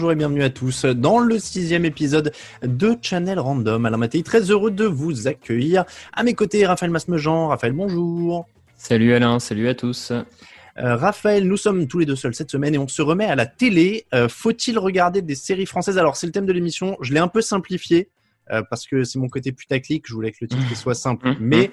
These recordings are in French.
bonjour et bienvenue à tous dans le 6e épisode de Channel Random. Alain Mattei, très heureux de vous accueillir. À mes côtés, Raphaël Masmejean. Raphaël, bonjour. Salut Alain, salut à tous. Raphaël, nous sommes tous les deux seuls cette semaine et on se remet à la télé. Faut-il regarder des séries françaises ? Alors, c'est le thème de l'émission. Je l'ai un peu simplifié. Parce que c'est mon côté putaclic, je voulais que le titre soit simple, mais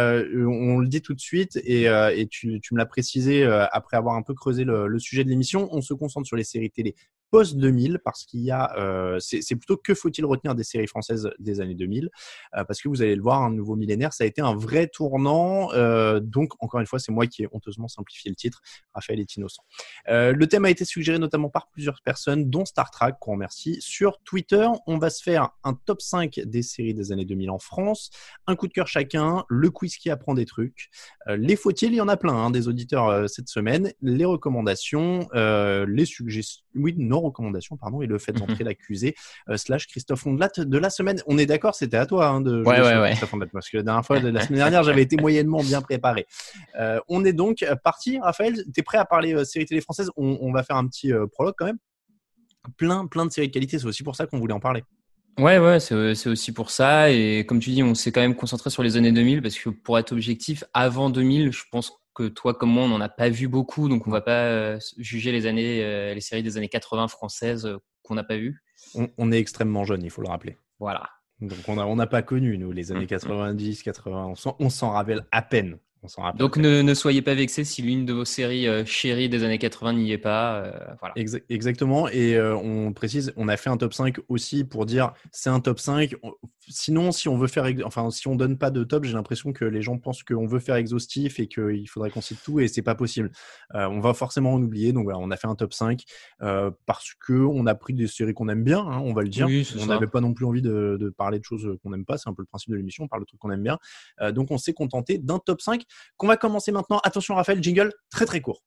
on le dit tout de suite et tu me l'as précisé après avoir un peu creusé le sujet de l'émission. On se concentre sur les séries télé post 2000 parce qu'il y a c'est plutôt que faut-il retenir des séries françaises des années 2000 parce que vous allez le voir, un nouveau millénaire, ça a été un vrai tournant. Donc encore une fois, c'est moi qui ai honteusement simplifié le titre. Raphaël est innocent. Le thème a été suggéré notamment par plusieurs personnes, dont Star Trek, qu'on remercie. Sur Twitter, on va se faire un top 5 des séries des années 2000 en France, un coup de cœur chacun, le quiz qui apprend des trucs, les faut-il, il y en a plein des auditeurs cette semaine, les recommandations, les suggestions, oui, nos recommandations, pardon, et le fait d'entrer l'accusé / Christophe Ondelat de la semaine. On est d'accord, c'était à toi de jouer sur Christophe Ondelat, parce que la dernière fois, la semaine dernière, j'avais été moyennement bien préparé. On est donc parti. Raphaël, t'es prêt à parler séries télé françaises ? On va faire un petit prologue quand même. Plein de séries de qualité, c'est aussi pour ça qu'on voulait en parler. Ouais, c'est aussi pour ça. Et comme tu dis, on s'est quand même concentré sur les années 2000 parce que pour être objectif, avant 2000, je pense que toi comme moi, on n'en a pas vu beaucoup. Donc, on va pas juger les séries des années 80 françaises qu'on n'a pas vues. On est extrêmement jeune, il faut le rappeler. Voilà. Donc, on n'a pas connu, nous, les années 90, 80. On s'en rappelle à peine. Donc ne soyez pas vexés si l'une de vos séries chéries des années 80 n'y est pas. Voilà. Exactement. Et on précise, on a fait un top 5 aussi pour dire c'est un top 5. Sinon, si on veut faire, si on donne pas de top, j'ai l'impression que les gens pensent qu'on veut faire exhaustif et qu'il faudrait qu'on cite tout et c'est pas possible. On va forcément en oublier. Donc voilà, on a fait un top 5 parce que on a pris des séries qu'on aime bien, on va le dire. Oui, on n'avait pas non plus envie de parler de choses qu'on n'aime pas. C'est un peu le principe de l'émission. On parle de trucs qu'on aime bien. Donc on s'est contenté d'un top 5 qu'on va commencer maintenant. Attention Raphaël, jingle très très court.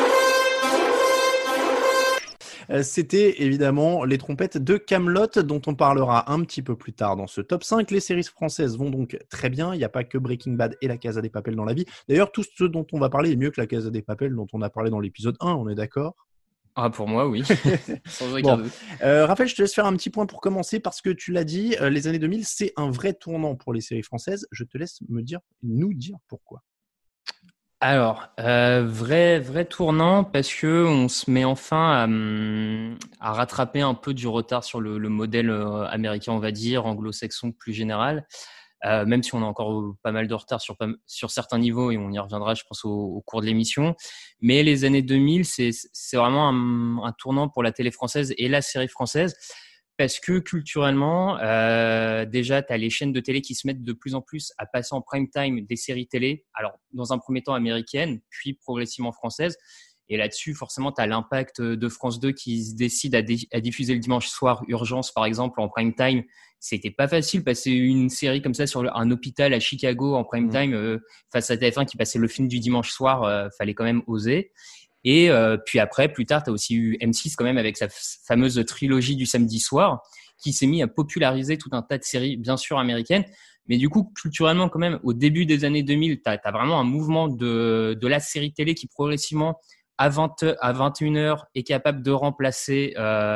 C'était évidemment les trompettes de Kaamelott dont on parlera un petit peu plus tard dans ce top 5. Les séries françaises vont donc très bien. Il n'y a pas que Breaking Bad et La Casa des Papel dans la vie. D'ailleurs, tout ce dont on va parler est mieux que La Casa des Papel dont on a parlé dans l'épisode 1, on est d'accord ? Ah, pour moi, oui. Sans aucun doute. Raphaël, je te laisse faire un petit point pour commencer parce que tu l'as dit, les années 2000, c'est un vrai tournant pour les séries françaises. Je te laisse nous dire pourquoi. Alors, vrai tournant parce que on se met enfin à rattraper un peu du retard sur le modèle américain, on va dire, anglo-saxon plus général. Même si on a encore pas mal de retard sur certains niveaux et on y reviendra, je pense, au cours de l'émission. Mais les années 2000, c'est vraiment un tournant pour la télé française et la série française. Parce que culturellement, déjà, tu as les chaînes de télé qui se mettent de plus en plus à passer en prime time des séries télé. Alors, dans un premier temps américaines, puis progressivement françaises. Et là-dessus, forcément, tu as l'impact de France 2 qui se décide à diffuser le dimanche soir Urgence, par exemple, en prime time. C'était pas facile passer une série comme ça sur un hôpital à Chicago en prime time face à TF1 qui passait le film du dimanche soir. Fallait quand même oser. Et puis après, plus tard, tu as aussi eu M6 quand même avec sa fameuse trilogie du samedi soir qui s'est mis à populariser tout un tas de séries, bien sûr américaines. Mais du coup, culturellement quand même, au début des années 2000, tu as vraiment un mouvement de la série télé qui progressivement, à 21h, est capable de remplacer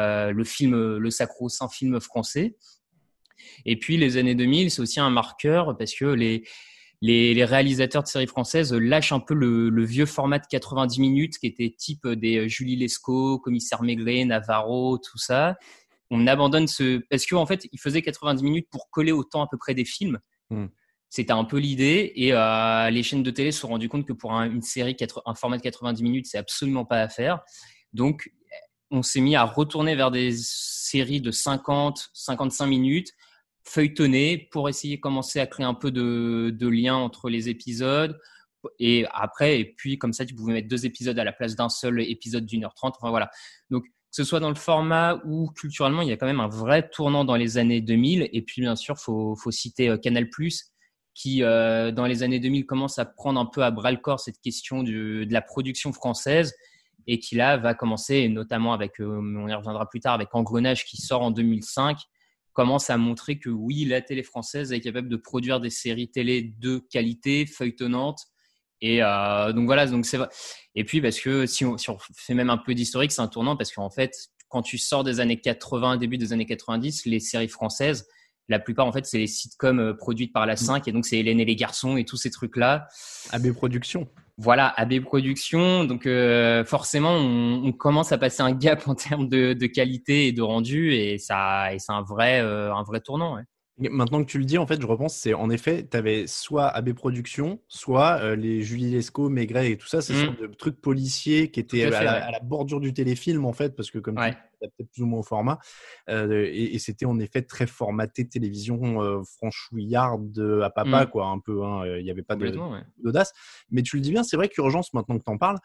le sacro-saint film français. Et puis les années 2000, c'est aussi un marqueur parce que les réalisateurs de séries françaises lâchent un peu le vieux format de 90 minutes qui était type des Julie Lescaut, Commissaire Maigret, Navarro, tout ça. On abandonne parce qu'en fait, ils faisaient 90 minutes pour coller au temps à peu près des films. C'était un peu l'idée et les chaînes de télé se sont rendues compte que pour une série, un format de 90 minutes, c'est absolument pas à faire. Donc, on s'est mis à retourner vers des séries de 50, 55 minutes feuilletonner pour essayer de commencer à créer un peu de lien entre les épisodes et puis comme ça tu pouvais mettre 2 épisodes à la place d'un seul épisode d'1h30, enfin voilà. Donc que ce soit dans le format ou culturellement, il y a quand même un vrai tournant dans les années 2000 et puis bien sûr faut citer Canal+ qui dans les années 2000 commence à prendre un peu à bras le corps cette question de la production française et qui là va commencer, et notamment avec on y reviendra plus tard, avec Engrenage qui sort en 2005, commence à montrer que oui, la télé française est capable de produire des séries télé de qualité, feuilletonnantes. Et donc voilà, donc c'est vrai. Et puis parce que si on fait même un peu d'historique, c'est un tournant parce qu'en fait, quand tu sors des années 80, début des années 90, les séries françaises, la plupart, en fait, c'est les sitcoms produites par la 5, et donc c'est Hélène et les garçons et tous ces trucs-là. AB Productions. Voilà, AB Productions. Donc forcément, on commence à passer un gap en termes de qualité et de rendu, et c'est un vrai tournant. Ouais. Maintenant que tu le dis, en fait, je repense, c'est en effet, tu avais soit AB Productions, soit les Julie Lescaut, Maigret et tout ça, ces sortes de trucs policiers qui étaient à la bordure du téléfilm, en fait, parce que comme tu dis, peut-être plus ou moins au format. Et c'était en effet très formaté télévision franchouillarde à papa, quoi, un peu. Il n'y avait pas d'audace. Mais tu le dis bien, c'est vrai qu'Urgence, maintenant que tu en parles,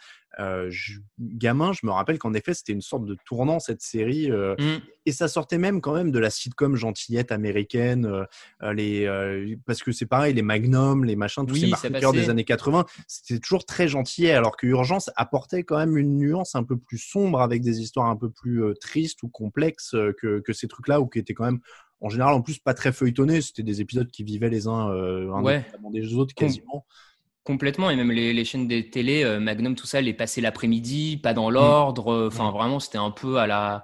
gamin, je me rappelle qu'en effet, c'était une sorte de tournant, cette série. Et ça sortait même quand même de la sitcom gentillette américaine, parce que c'est pareil, les Magnum, les machins, tous ces marqueurs des années 80, c'était toujours très gentillet, alors que Urgence apportait quand même une nuance un peu plus sombre avec des histoires un peu plus tristes ou complexes que ces trucs-là, ou qui étaient quand même en général en plus pas très feuilletonnés. C'était des épisodes qui vivaient les uns indépendamment des autres quasiment. Complètement, et même les chaînes des télé, Magnum, tout ça, les passaient l'après-midi, pas dans l'ordre. Enfin, vraiment, c'était un peu à la.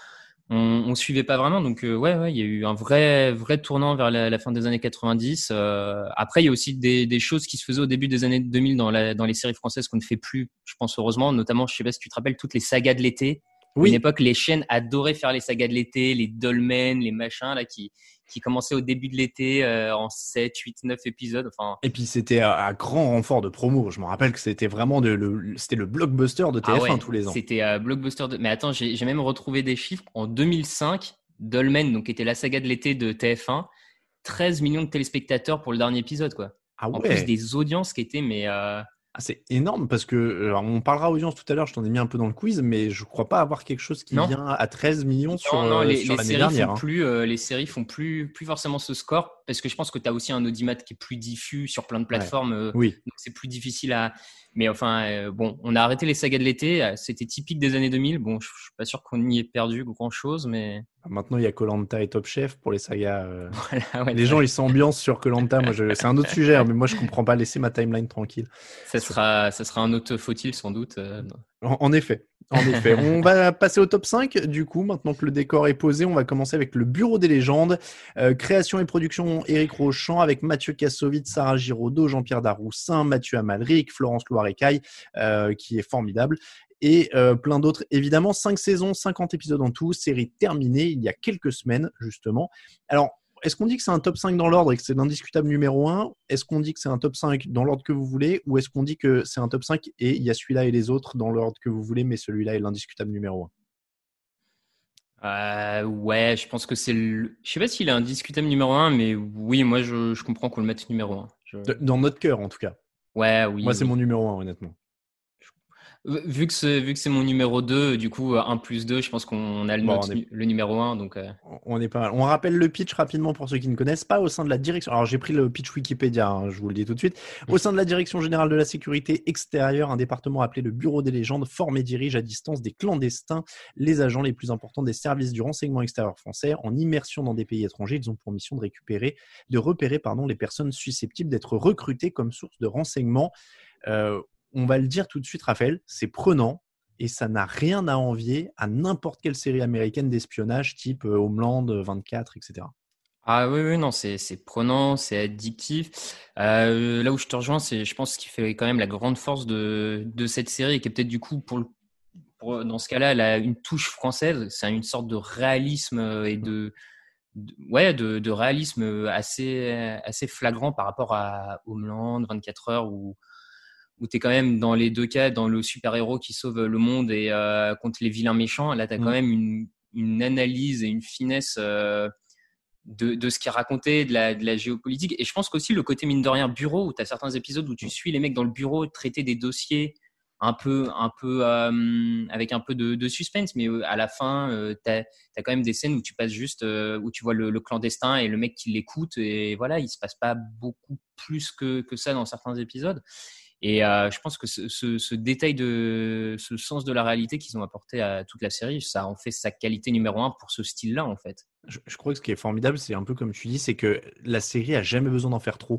On suivait pas vraiment, donc ouais, il y a eu un vrai tournant vers la fin des années 90. Après, il y a aussi des choses qui se faisaient au début des années 2000 dans les séries françaises qu'on ne fait plus, je pense heureusement, notamment, je sais pas si tu te rappelles, toutes les sagas de l'été. Oui. Une époque, les chaînes adoraient faire les sagas de l'été, les Dolmen, les machins là qui commençaient au début de l'été en 7, 8, 9 épisodes. Enfin. Et puis c'était à grand renfort de promo. Je me rappelle que c'était vraiment c'était le blockbuster de TF1 tous les ans. C'était blockbuster. Mais attends, j'ai même retrouvé des chiffres. En 2005, Dolmen, donc qui était la saga de l'été de TF1, 13 millions de téléspectateurs pour le dernier épisode, quoi. Ah ouais. En plus des audiences qui étaient c'est énorme parce que on parlera audience tout à l'heure, je t'en ai mis un peu dans le quiz, mais je crois pas avoir quelque chose qui vient à 13 millions sur l'année dernière. Les séries font plus forcément ce score, parce que je pense que tu as aussi un audimat qui est plus diffus sur plein de plateformes. Oui. Donc c'est plus difficile à. Mais enfin, bon, on a arrêté les sagas de l'été. C'était typique des années 2000. Bon, je suis pas sûr qu'on y ait perdu grand chose, mais. Maintenant, il y a Koh-Lanta et Top Chef pour les sagas. Voilà, les gens, ils s'ambiancent sur Koh-Lanta. Moi, c'est un autre sujet, mais moi, je comprends pas. Laissez ma timeline tranquille. Ça sera un autre faut-il sans doute. En effet. On va passer au top 5. Du coup, maintenant que le décor est posé, on va commencer avec le Bureau des légendes. Création et production, Éric Rochant, avec Mathieu Kassovitz, Sarah Giraudot, Jean-Pierre Daroussin, Mathieu Amalric, Florence Loirecaille, qui est formidable. Et plein d'autres, évidemment. 5 saisons, 50 épisodes en tout, série terminée il y a quelques semaines, justement. Alors, est-ce qu'on dit que c'est un top 5 dans l'ordre et que c'est l'indiscutable numéro 1 ? Est-ce qu'on dit que c'est un top 5 dans l'ordre que vous voulez ? Ou est-ce qu'on dit que c'est un top 5 et il y a celui-là et les autres dans l'ordre que vous voulez, mais celui-là est l'indiscutable numéro 1 ? Ouais, je pense que c'est je sais pas s'il est indiscutable numéro 1, mais oui, moi je comprends qu'on le mette numéro 1. Dans notre cœur, en tout cas. Ouais, oui. Moi, c'est mon numéro 1, honnêtement. Vu que c'est mon numéro 2, du coup 1 plus 2, je pense qu'on a le numéro 1. Donc, on est pas mal. On rappelle le pitch rapidement pour ceux qui ne connaissent pas. Au sein de la direction, alors j'ai pris le pitch Wikipédia, je vous le dis tout de suite. Au sein de la direction générale de la sécurité extérieure, un département appelé le Bureau des légendes forme et dirige à distance des clandestins, les agents les plus importants des services du renseignement extérieur français. En immersion dans des pays étrangers, ils ont pour mission de repérer les personnes susceptibles d'être recrutées comme source de renseignement. On va le dire tout de suite, Raphaël, c'est prenant et ça n'a rien à envier à n'importe quelle série américaine d'espionnage type Homeland 24, etc. Ah oui, non, c'est prenant, c'est addictif. Là où je te rejoins, c'est, je pense, ce qui fait quand même la grande force de cette série, et qui est peut-être du coup, dans ce cas-là, elle a une touche française. C'est une sorte de réalisme et de réalisme assez flagrant par rapport à Homeland, 24 heures, où tu es quand même dans les deux cas, dans le super-héros qui sauve le monde et contre les vilains méchants. Là, tu as quand même une analyse et une finesse de ce qui est raconté, de la géopolitique. Et je pense qu'aussi le côté, mine de rien, bureau, où tu as certains épisodes où tu suis les mecs dans le bureau traiter des dossiers un peu avec un peu de suspense, mais à la fin, tu as quand même des scènes où tu passes juste, où tu vois le clandestin et le mec qui l'écoute, et voilà, il se passe pas beaucoup plus que ça dans certains épisodes. Et je pense que ce détail ce sens de la réalité qu'ils ont apporté à toute la série, ça en fait sa qualité numéro 1 pour ce style-là, en fait. Je crois que ce qui est formidable, c'est un peu comme tu dis, c'est que la série a jamais besoin d'en faire trop.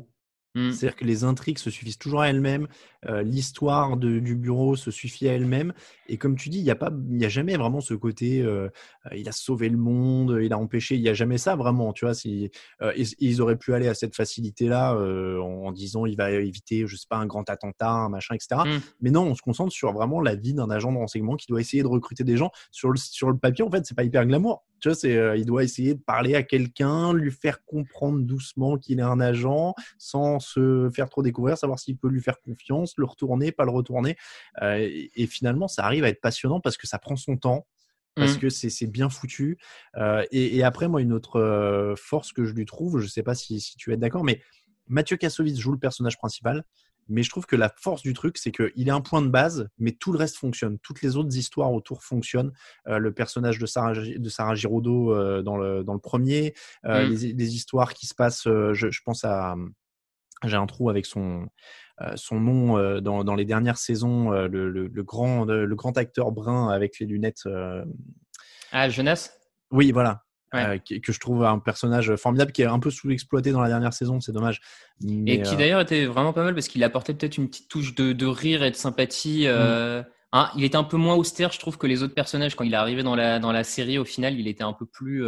C'est-à-dire que les intrigues se suffisent toujours à elles-mêmes, l'histoire du bureau se suffit à elle-même. Et comme tu dis, il y a jamais vraiment ce côté, il a sauvé le monde, il a empêché. Il y a jamais ça vraiment, tu vois. Ils auraient pu aller à cette facilité-là en disant il va éviter, je sais pas, un grand attentat, un machin, etc. Mais non, on se concentre sur vraiment la vie d'un agent de renseignement qui doit essayer de recruter des gens. Sur le papier, en fait, c'est pas hyper glamour. Tu vois, il doit essayer de parler à quelqu'un, lui faire comprendre doucement qu'il est un agent, sans se faire trop découvrir, savoir s'il peut lui faire confiance, le retourner, pas le retourner. Et finalement, ça arrive à être passionnant parce que ça prend son temps, parce que c'est bien foutu. Et après, moi, une autre force que je lui trouve, je sais pas si tu es d'accord, mais Mathieu Kassovitz joue le personnage principal. Mais je trouve que la force du truc, c'est qu'il est un point de base, mais tout le reste fonctionne. Toutes les autres histoires autour fonctionnent. Le personnage de Sarah Giraudot dans le premier, les histoires qui se passent, je pense à... J'ai un trou avec son nom dans les dernières saisons, le grand acteur brun avec les lunettes. Ah, Jonas? Oui, voilà. Ouais. Que je trouve un personnage formidable qui est un peu sous-exploité dans la dernière saison, c'est dommage. Et qui d'ailleurs était vraiment pas mal parce qu'il apportait peut-être une petite touche de rire et de sympathie. Il était un peu moins austère, je trouve, que les autres personnages. Quand il est arrivé dans la série, au final, il était un peu plus.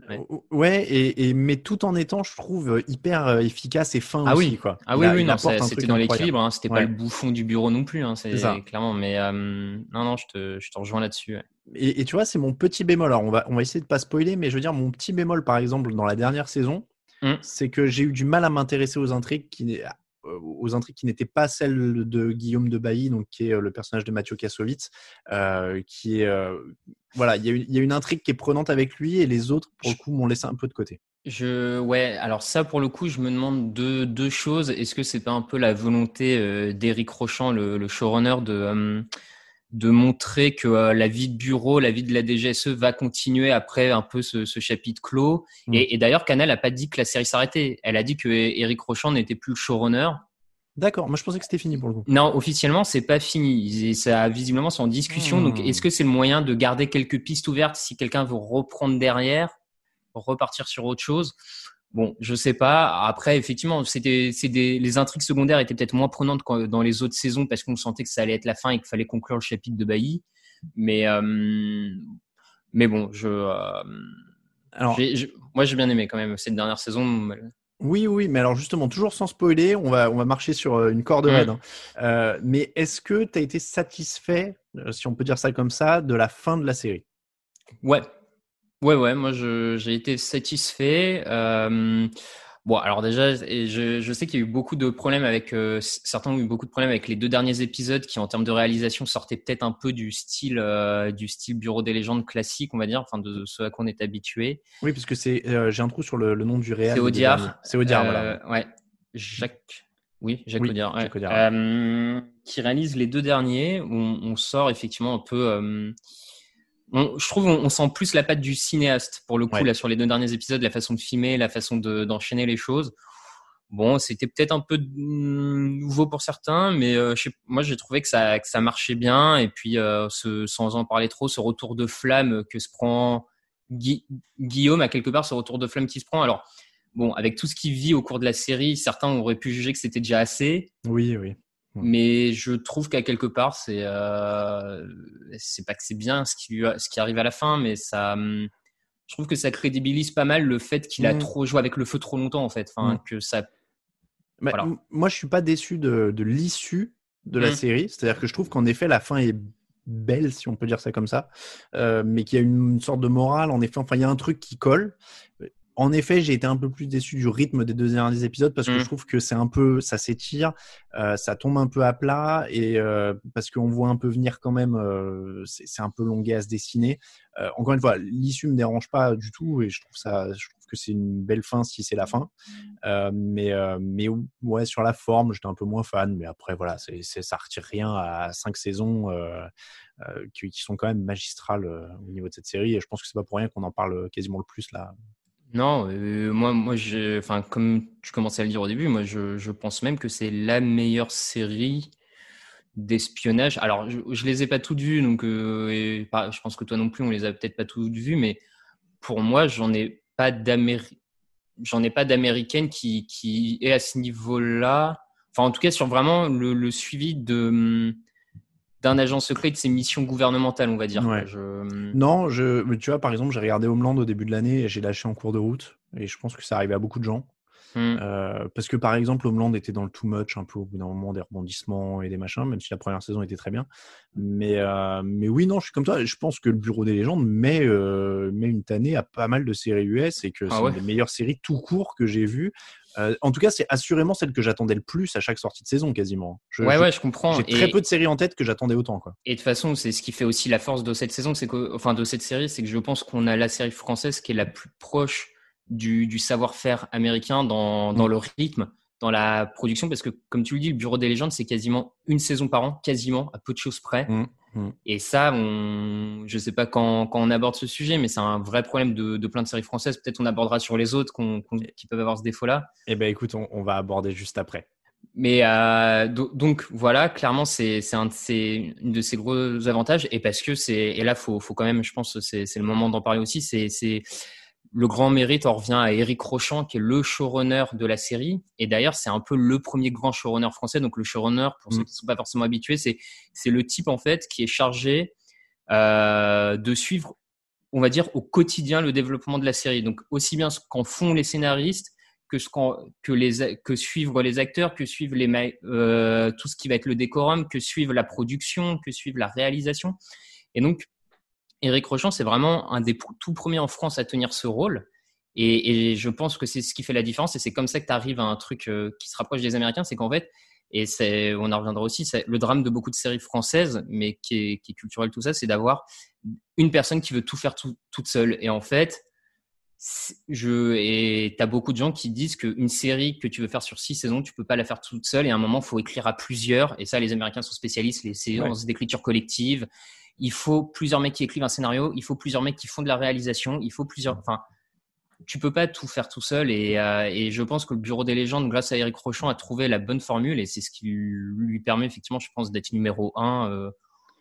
Ouais, mais tout en étant, je trouve, hyper efficace et fin aussi, quoi. Oui, non, apporte un c'était truc dans incroyable. l'équilibre, hein, c'était pas le bouffon du bureau non plus, hein, C'est ça. clairement. Mais non, je te rejoins là-dessus. Ouais. Et tu vois, c'est mon petit bémol. Alors, on va essayer de pas spoiler, mais je veux dire, mon petit bémol, par exemple, dans la dernière saison, c'est que j'ai eu du mal à m'intéresser aux intrigues qui n'étaient pas celles de Guillaume de Bailly, donc qui est le personnage de Mathieu Kassovitz, qui est voilà, il y a une intrigue qui est prenante avec lui et les autres, pour le coup, m'ont laissé un peu de côté. Ouais, alors ça pour le coup, je me demande deux choses. Est-ce que c'est pas un peu la volonté d'Éric Rochant, le showrunner, de montrer que la vie de bureau, la vie de la DGSE va continuer après un peu ce chapitre clos. Et d'ailleurs, Canal n'a pas dit que la série s'arrêtait. Elle a dit que Éric Rochant n'était plus le showrunner. D'accord, moi je pensais que c'était fini pour le coup. Non, officiellement, c'est pas fini. Ça visiblement c'est en discussion. Donc, est-ce que c'est le moyen de garder quelques pistes ouvertes si quelqu'un veut reprendre derrière, repartir sur autre chose? Bon, je sais pas. Après, effectivement, les intrigues secondaires étaient peut-être moins prenantes que dans les autres saisons parce qu'on sentait que ça allait être la fin et qu'il fallait conclure le chapitre de Bailly. Mais bon, moi j'ai bien aimé quand même cette dernière saison. Oui, mais alors justement, toujours sans spoiler, on va marcher sur une corde raide. Mais est-ce que tu as été satisfait, si on peut dire ça comme ça, de la fin de la série? Ouais, moi j'ai été satisfait. Bon, alors déjà, je sais qu'il y a eu beaucoup de problèmes avec certains ont eu beaucoup de problèmes avec les 2 derniers épisodes qui, en termes de réalisation, sortaient peut-être un peu du style Bureau des légendes classique, on va dire, enfin de ce à quoi on est habitué. Oui, parce que j'ai un trou sur le nom du réal. C'est Audiard. C'est Audiard, voilà. Ouais, Jacques Audiard. Ouais. Jacques Audiard. Qui réalise les 2 derniers. On sort effectivement un peu. Je trouve on sent plus la patte du cinéaste pour le coup là sur les 2 derniers épisodes, la façon de filmer, la façon d'enchaîner les choses. Bon, c'était peut-être un peu nouveau pour certains, mais moi j'ai trouvé que ça marchait bien. Et puis sans en parler trop, ce retour de flamme que se prend Guillaume, à quelque part, ce retour de flamme qui se prend. Alors bon, avec tout ce qu'il vit au cours de la série, certains auraient pu juger que c'était déjà assez. Oui. Mais je trouve qu'à quelque part, c'est pas que c'est bien ce qui arrive à la fin, mais je trouve que ça crédibilise pas mal le fait qu'il a trop joué avec le feu trop longtemps en fait. Que ça. Voilà. Moi, je suis pas déçu de l'issue de la série. C'est-à-dire que je trouve qu'en effet, la fin est belle, si on peut dire ça comme ça, mais qu'il y a une sorte de morale. En effet, enfin, il y a un truc qui colle. En effet, j'ai été un peu plus déçu du rythme des 2 derniers épisodes parce que je trouve que ça s'étire, ça tombe un peu à plat et parce qu'on voit un peu venir quand même, c'est un peu longuet à se dessiner. Encore une fois, l'issue me dérange pas du tout et je trouve que c'est une belle fin si c'est la fin. Mais ouais, sur la forme, j'étais un peu moins fan. Mais après, voilà, ça retire rien à 5 saisons qui sont quand même magistrales au niveau de cette série. Et je pense que c'est pas pour rien qu'on en parle quasiment le plus là. Non, moi, comme tu commençais à le dire au début, moi, je pense même que c'est la meilleure série d'espionnage. Alors, je les ai pas toutes vues, donc je pense que toi non plus, on les a peut-être pas toutes vues, mais pour moi, j'en ai pas j'en ai pas d'américaine qui est à ce niveau-là. Enfin, en tout cas, sur vraiment le suivi d'un agent secret de ses missions gouvernementales, on va dire. Ouais. Non, tu vois, par exemple, j'ai regardé Homeland au début de l'année et j'ai lâché en cours de route. Et je pense que ça arrivait à beaucoup de gens. Parce que par exemple, Homeland était dans le too much un peu au bout d'un moment, des rebondissements et des machins, même si la première saison était très bien. Mais oui, non, je suis comme toi. Je pense que le Bureau des légendes met une tannée à pas mal de séries US et que c'est une des meilleures séries tout court que j'ai vues. En tout cas, c'est assurément celle que j'attendais le plus à chaque sortie de saison, quasiment. Je comprends. J'ai très peu de séries en tête que j'attendais autant, quoi. Et de toute façon, c'est ce qui fait aussi la force de cette saison, de cette série, c'est que je pense qu'on a la série française qui est la plus proche du savoir-faire américain dans le rythme, dans la production, parce que comme tu le dis, le Bureau des légendes, c'est quasiment une saison par an, quasiment, à peu de choses près. Et ça, je sais pas quand on aborde ce sujet, mais c'est un vrai problème de plein de séries françaises. Peut-être on abordera sur les autres qui peuvent avoir ce défaut-là. Eh ben écoute, on va aborder juste après. Mais donc voilà, clairement c'est une de ses gros avantages, et parce que et là faut quand même, je pense c'est le moment d'en parler aussi, c'est le grand mérite, on revient à Éric Rochant qui est le showrunner de la série, et d'ailleurs c'est un peu le premier grand showrunner français. Donc le showrunner, pour ceux qui ne sont pas forcément habitués, c'est le type en fait qui est chargé de suivre, on va dire, au quotidien le développement de la série. Donc aussi bien ce qu'en font les scénaristes, que suivre les acteurs, que suivre tout ce qui va être le décorum, que suivre la production, que suivre la réalisation. Et donc, Éric Rochant, c'est vraiment un des tout premiers en France à tenir ce rôle. Et je pense que c'est ce qui fait la différence. Et c'est comme ça que tu arrives à un truc qui se rapproche des Américains. C'est qu'en fait, on en reviendra aussi, c'est le drame de beaucoup de séries françaises, mais qui est culturel, tout ça, c'est d'avoir une personne qui veut tout faire toute seule. Et en fait, t'as beaucoup de gens qui disent qu'une série que tu veux faire sur 6 saisons, tu peux pas la faire toute seule, et à un moment, il faut écrire à plusieurs. Et ça, les Américains sont spécialistes, les séances d'écriture collective. Il faut plusieurs mecs qui écrivent un scénario, il faut plusieurs mecs qui font de la réalisation, tu peux pas tout faire tout seul, et je pense que le Bureau des légendes, grâce à Éric Rochant, a trouvé la bonne formule, et c'est ce qui lui permet effectivement, je pense, d'être numéro 1.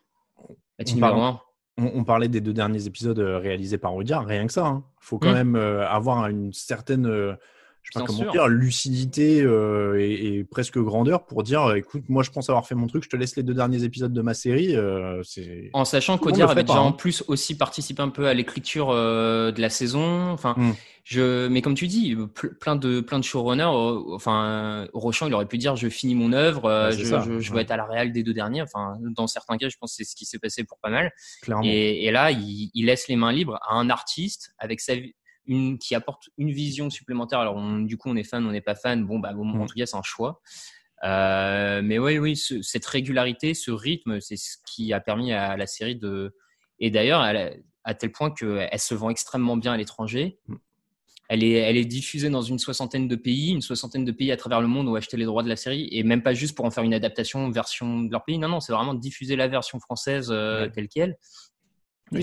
On parlait des 2 derniers épisodes réalisés par Audiard, rien que ça. Hein. Faut quand même avoir une certaine, je sais pas comment dire, lucidité et presque grandeur pour dire, écoute, moi je pense avoir fait mon truc, je te laisse les 2 derniers épisodes de ma série. En sachant qu'Audiard avait déjà en plus aussi participé un peu à l'écriture de la saison. Mais comme tu dis, plein de showrunners. Rochant, il aurait pu dire, je finis mon œuvre, je vais être à la réal des 2 derniers. Dans certains cas, je pense que c'est ce qui s'est passé pour pas mal. Clairement. Et là, il laisse les mains libres à un artiste avec qui apporte une vision supplémentaire. Alors, du coup, on est fan, on n'est pas fan. En tout cas, c'est un choix. Mais oui, cette régularité, ce rythme, c'est ce qui a permis à la série et d'ailleurs, à tel point qu'elle se vend extrêmement bien à l'étranger. Elle est diffusée dans une soixantaine de pays à travers le monde ont acheté les droits de la série, et même pas juste pour en faire une adaptation version de leur pays. Non, c'est vraiment diffuser la version française telle qu'elle. Oui,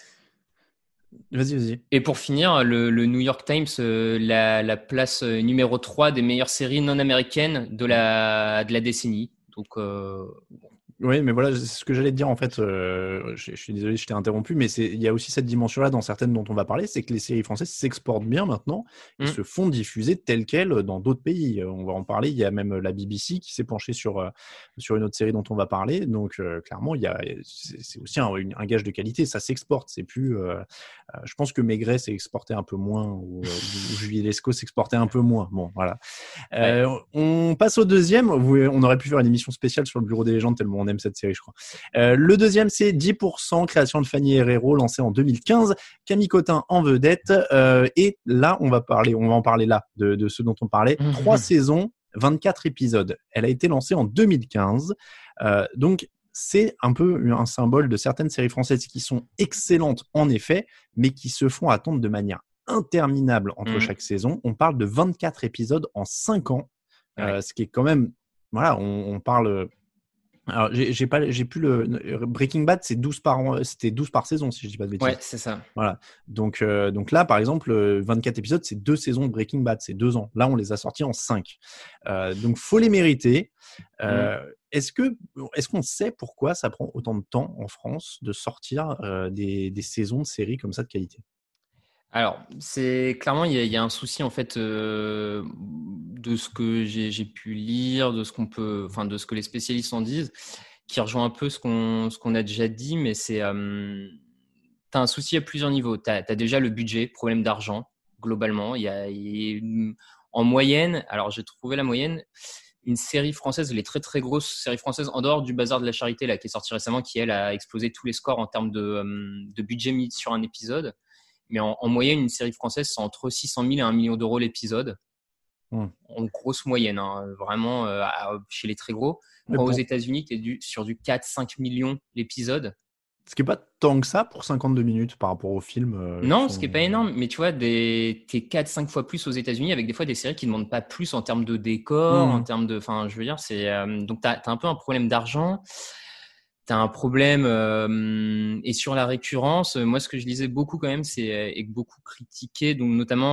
Vas-y. Et pour finir, le New York Times la place numéro 3 des meilleures séries non américaines de la décennie. Donc, oui, mais voilà, c'est ce que j'allais te dire en fait. Je suis désolé, je t'ai interrompu, mais il y a aussi cette dimension-là dans certaines dont on va parler, c'est que les séries françaises s'exportent bien maintenant et se font diffuser telles quelles dans d'autres pays. On va en parler. Il y a même la BBC qui s'est penchée sur une autre série dont on va parler. Donc clairement, c'est aussi un gage de qualité. Ça s'exporte. C'est plus. Je pense que Maigret s'est exporté un peu moins ou Julie Lescaut s'exportait un peu moins. Bon, voilà. On passe au deuxième. On aurait pu faire une émission spéciale sur le Bureau des légendes tellement on aime cette série, je crois. Le deuxième, c'est 10%, création de Fanny Herrero, lancée en 2015. Camille Cotin en vedette. Et là, on va en parler là de ce dont on parlait. 3 saisons, 24 épisodes. Elle a été lancée en 2015. Donc, c'est un peu un symbole de certaines séries françaises qui sont excellentes en effet, mais qui se font attendre de manière interminable entre chaque saison. On parle de 24 épisodes en 5 ans, ce qui est quand même... Voilà, on parle... Alors, j'ai plus le Breaking Bad, c'est 12 c'était 12 par saison, si je dis pas de bêtises. Ouais, c'est ça. Voilà. Donc là, par exemple, 24 épisodes, c'est 2 saisons de Breaking Bad, c'est 2 ans. Là, on les a sortis en 5. Donc, faut les mériter. Est-ce qu'on sait pourquoi ça prend autant de temps en France de sortir des saisons de séries comme ça de qualité ? Alors, c'est clairement, il y a un souci en fait de ce que j'ai pu lire, de ce qu'on peut, enfin de ce que les spécialistes en disent, qui rejoint un peu ce qu'on a déjà dit, mais c'est t'as un souci à plusieurs niveaux. T'as déjà le budget, problème d'argent globalement. En moyenne, alors j'ai trouvé la moyenne, une série française, les très très grosses séries françaises en dehors du Bazar de la Charité là qui est sorti récemment, qui elle a explosé tous les scores en termes de budget mis sur un épisode. Mais en moyenne, une série française, c'est entre 600 000 et 1 million d'euros l'épisode. En grosse moyenne, hein, vraiment chez les très gros. Quand aux États-Unis, tu es sur du 4-5 millions l'épisode. Ce qui n'est pas tant que ça pour 52 minutes par rapport au film. Non, ce qui n'est pas énorme, mais tu vois, t'es 4-5 fois plus aux États-Unis avec des fois des séries qui ne demandent pas plus en termes de décor, en termes de. Enfin, je veux dire, c'est. Donc, tu as un peu un problème d'argent. Tu as un problème. Et sur la récurrence, moi, ce que je lisais beaucoup quand même, et que beaucoup critiqué, donc notamment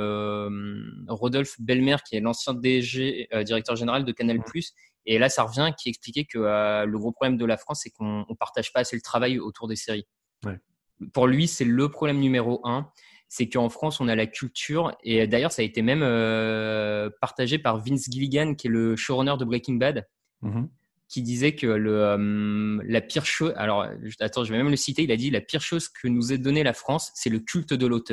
Rodolphe Belmer, qui est l'ancien DG, directeur général de Canal+. Et là, ça revient, qui expliquait que le gros problème de la France, c'est qu'on ne partage pas assez le travail autour des séries. Ouais. Pour lui, c'est le problème numéro 1. C'est qu'en France, on a la culture. Et d'ailleurs, ça a été même partagé par Vince Gilligan, qui est le showrunner de Breaking Bad, qui disait que la pire chose... Alors, attends, je vais même le citer. Il a dit « La pire chose que nous ait donné la France, c'est le culte de l'auteur. »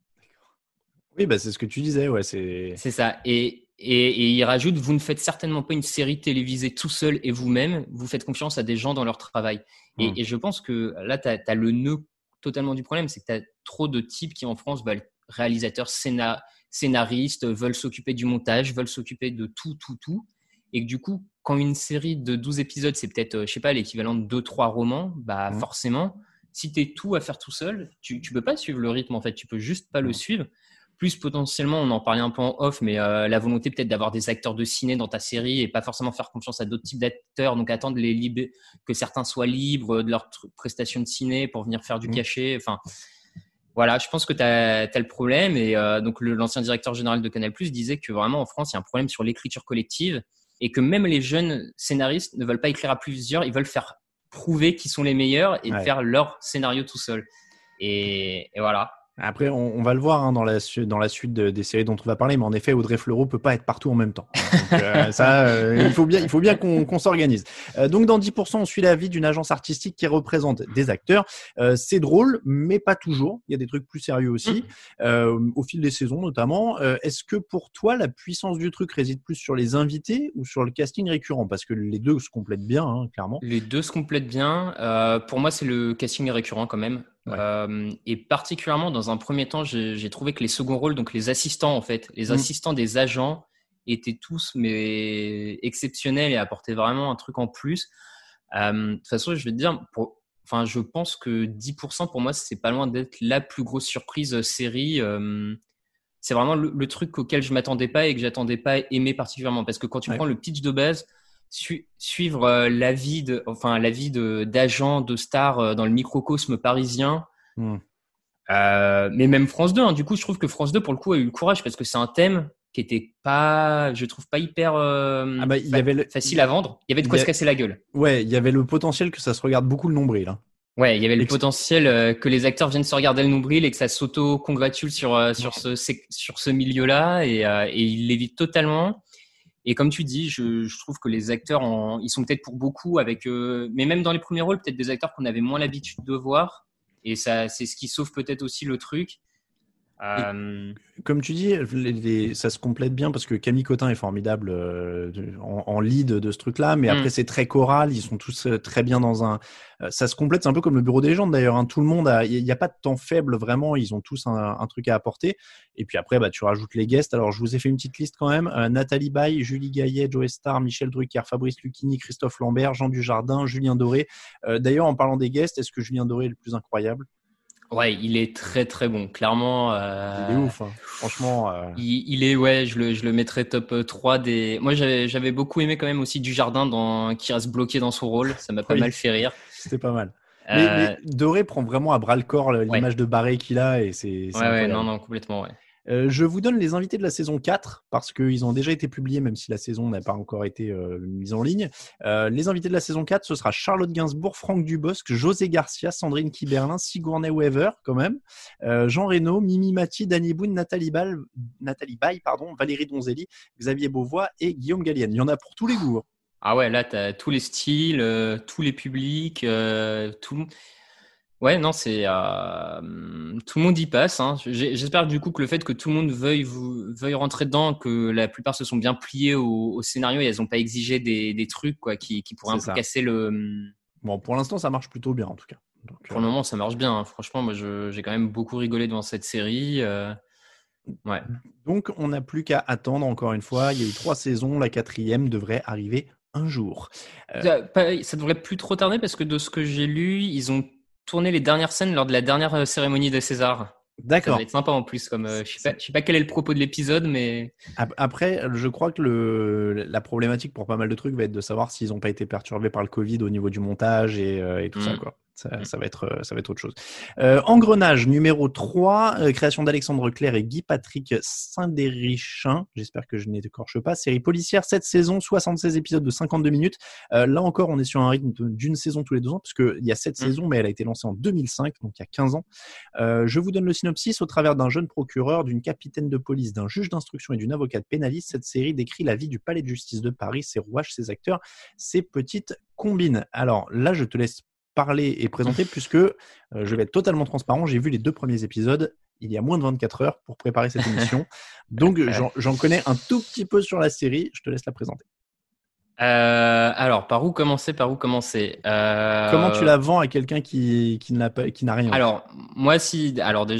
Oui, bah, c'est ce que tu disais. Ouais, c'est ça. Et il rajoute, vous ne faites certainement pas une série télévisée tout seul et vous-même, vous faites confiance à des gens dans leur travail. Et je pense que là, tu as le nœud totalement du problème, c'est que tu as trop de types qui en France, réalisateurs, scénaristes, veulent s'occuper du montage, veulent s'occuper de tout. Et que du coup, quand une série de 12 épisodes, c'est peut-être, je sais pas, l'équivalent de 2-3 romans, forcément, si tu es tout à faire tout seul, tu peux pas suivre le rythme, en fait, tu peux juste pas le suivre. Plus potentiellement, on en parlait un peu en off, mais la volonté peut-être d'avoir des acteurs de ciné dans ta série et pas forcément faire confiance à d'autres types d'acteurs, donc attendre que certains soient libres de leurs prestations de ciné pour venir faire du cachet. Enfin, voilà, je pense que tu as le problème. Et donc, l'ancien directeur général de Canal+ disait que vraiment en France, il y a un problème sur l'écriture collective et que même les jeunes scénaristes ne veulent pas écrire à plusieurs, ils veulent faire prouver qu'ils sont les meilleurs et faire leur scénario tout seul. Et voilà. Après, on va le voir dans la suite des séries dont on va parler, mais en effet, Audrey Fleurot peut pas être partout en même temps. Donc, il faut bien qu'on s'organise. Donc, dans 10%, on suit la vie d'une agence artistique qui représente des acteurs. C'est drôle, mais pas toujours. Il y a des trucs plus sérieux aussi, au fil des saisons notamment. Est-ce que pour toi, la puissance du truc réside plus sur les invités ou sur le casting récurrent? Parce que les deux se complètent bien, hein, clairement. Les deux se complètent bien. Pour moi, c'est le casting récurrent quand même. Ouais. Et particulièrement dans un premier temps, j'ai trouvé que les seconds rôles, donc les assistants en fait, les assistants des agents étaient tous mais exceptionnels et apportaient vraiment un truc en plus. De toute façon, je vais te dire, je pense que 10% pour moi, c'est pas loin d'être la plus grosse surprise série. C'est vraiment le truc auquel je m'attendais pas et que j'attendais pas aimer particulièrement, parce que quand tu prends le pitch de base, suivre la vie d'agents, de stars dans le microcosme parisien. Mais même France 2, hein, du coup, je trouve que France 2, pour le coup, a eu le courage, parce que c'est un thème qui était pas, je trouve pas hyper facile à vendre. Il y avait de quoi se casser la gueule. Ouais, il y avait le potentiel que ça se regarde beaucoup le nombril. Hein. Ouais, il y avait le potentiel que les acteurs viennent se regarder le nombril et que ça s'auto-congratule sur ce milieu-là, et il l'évite totalement. Et comme tu dis, je trouve que les acteurs, ils sont peut-être pour beaucoup mais même dans les premiers rôles, peut-être des acteurs qu'on avait moins l'habitude de voir. Et ça, c'est ce qui sauve peut-être aussi le truc. Comme tu dis, ça se complète bien parce que Camille Cotin est formidable en lead de ce truc-là, mais après c'est très choral, ils sont tous très bien ça se complète, c'est un peu comme le Bureau des légendes d'ailleurs, hein. Tout le monde il n'y a pas de temps faible vraiment, ils ont tous un truc à apporter. Et puis après, tu rajoutes les guests. Alors je vous ai fait une petite liste quand même. Nathalie Baye, Julie Gaillet, Joe Star, Michel Drucker, Fabrice Lucchini, Christophe Lambert, Jean Dujardin, Julien Doré. D'ailleurs, en parlant des guests, est-ce que Julien Doré est le plus incroyable? Ouais, il est très très bon, clairement. Il est ouf, hein. Franchement. Il est, ouais, je le mettrais top 3 des. Moi, j'avais beaucoup aimé quand même aussi Dujardin qui reste bloqué dans son rôle. Ça m'a pas mal fait rire. C'était pas mal. Mais Doré prend vraiment à bras le corps l'image de Barré qu'il a, et c'est ouais, non, complètement, ouais. Je vous donne les invités de la saison 4 parce qu'ils ont déjà été publiés, même si la saison n'a pas encore été mise en ligne. Les invités de la saison 4, ce sera Charlotte Gainsbourg, Franck Dubosc, José Garcia, Sandrine Kiberlin, Sigourney Weaver, quand même, Jean Reno, Mimi Mati, Danny Boone, Nathalie Baye, Valérie Donzelli, Xavier Beauvois et Guillaume Gallienne. Il y en a pour tous les goûts. Ah ouais, là, tu as tous les styles, tous les publics, tout. Ouais, non, c'est tout le monde y passe. Hein. J'espère du coup que le fait que tout le monde veuille rentrer dedans, que la plupart se sont bien pliés au scénario et elles n'ont pas exigé des trucs quoi qui pourraient un peu casser le. Bon, pour l'instant, ça marche plutôt bien en tout cas. Donc, pour le moment, ça marche bien. Hein. Franchement, moi, j'ai quand même beaucoup rigolé devant cette série. Ouais. Donc, on n'a plus qu'à attendre encore une fois. Il y a eu 3 saisons. La 4e devrait arriver un jour. Ça devrait plus trop tarder parce que de ce que j'ai lu, ils ont tourné les dernières scènes lors de la dernière cérémonie des Césars. D'accord. Ça va être sympa en plus. Comme je sais pas quel est le propos de l'épisode, mais après, je crois que la problématique pour pas mal de trucs va être de savoir s'ils n'ont pas été perturbés par le Covid au niveau du montage et tout ça, quoi. Ça va être autre chose. Engrenage numéro 3, création d'Alexandre Clerc et Guy-Patrick Saint-Dérichin. J'espère que je n'écorche pas. Série policière, 7 saisons, 76 épisodes de 52 minutes. Là encore, on est sur un rythme d'une saison tous les 2 ans, parce qu'il y a 7 saisons, mais elle a été lancée en 2005, donc il y a 15 ans. Je vous donne le synopsis. Au travers d'un jeune procureur, d'une capitaine de police, d'un juge d'instruction et d'une avocate pénaliste, cette série décrit la vie du palais de justice de Paris, ses rouages, ses acteurs, ses petites combines. Alors là, je te laisse parler et présenter puisque je vais être totalement transparent. J'ai vu les 2 premiers épisodes il y a moins de 24 heures pour préparer cette émission. Donc, j'en connais un tout petit peu sur la série. Je te laisse la présenter. Alors, par où commencer Comment tu la vends à quelqu'un qui n'a rien? Alors, moi, si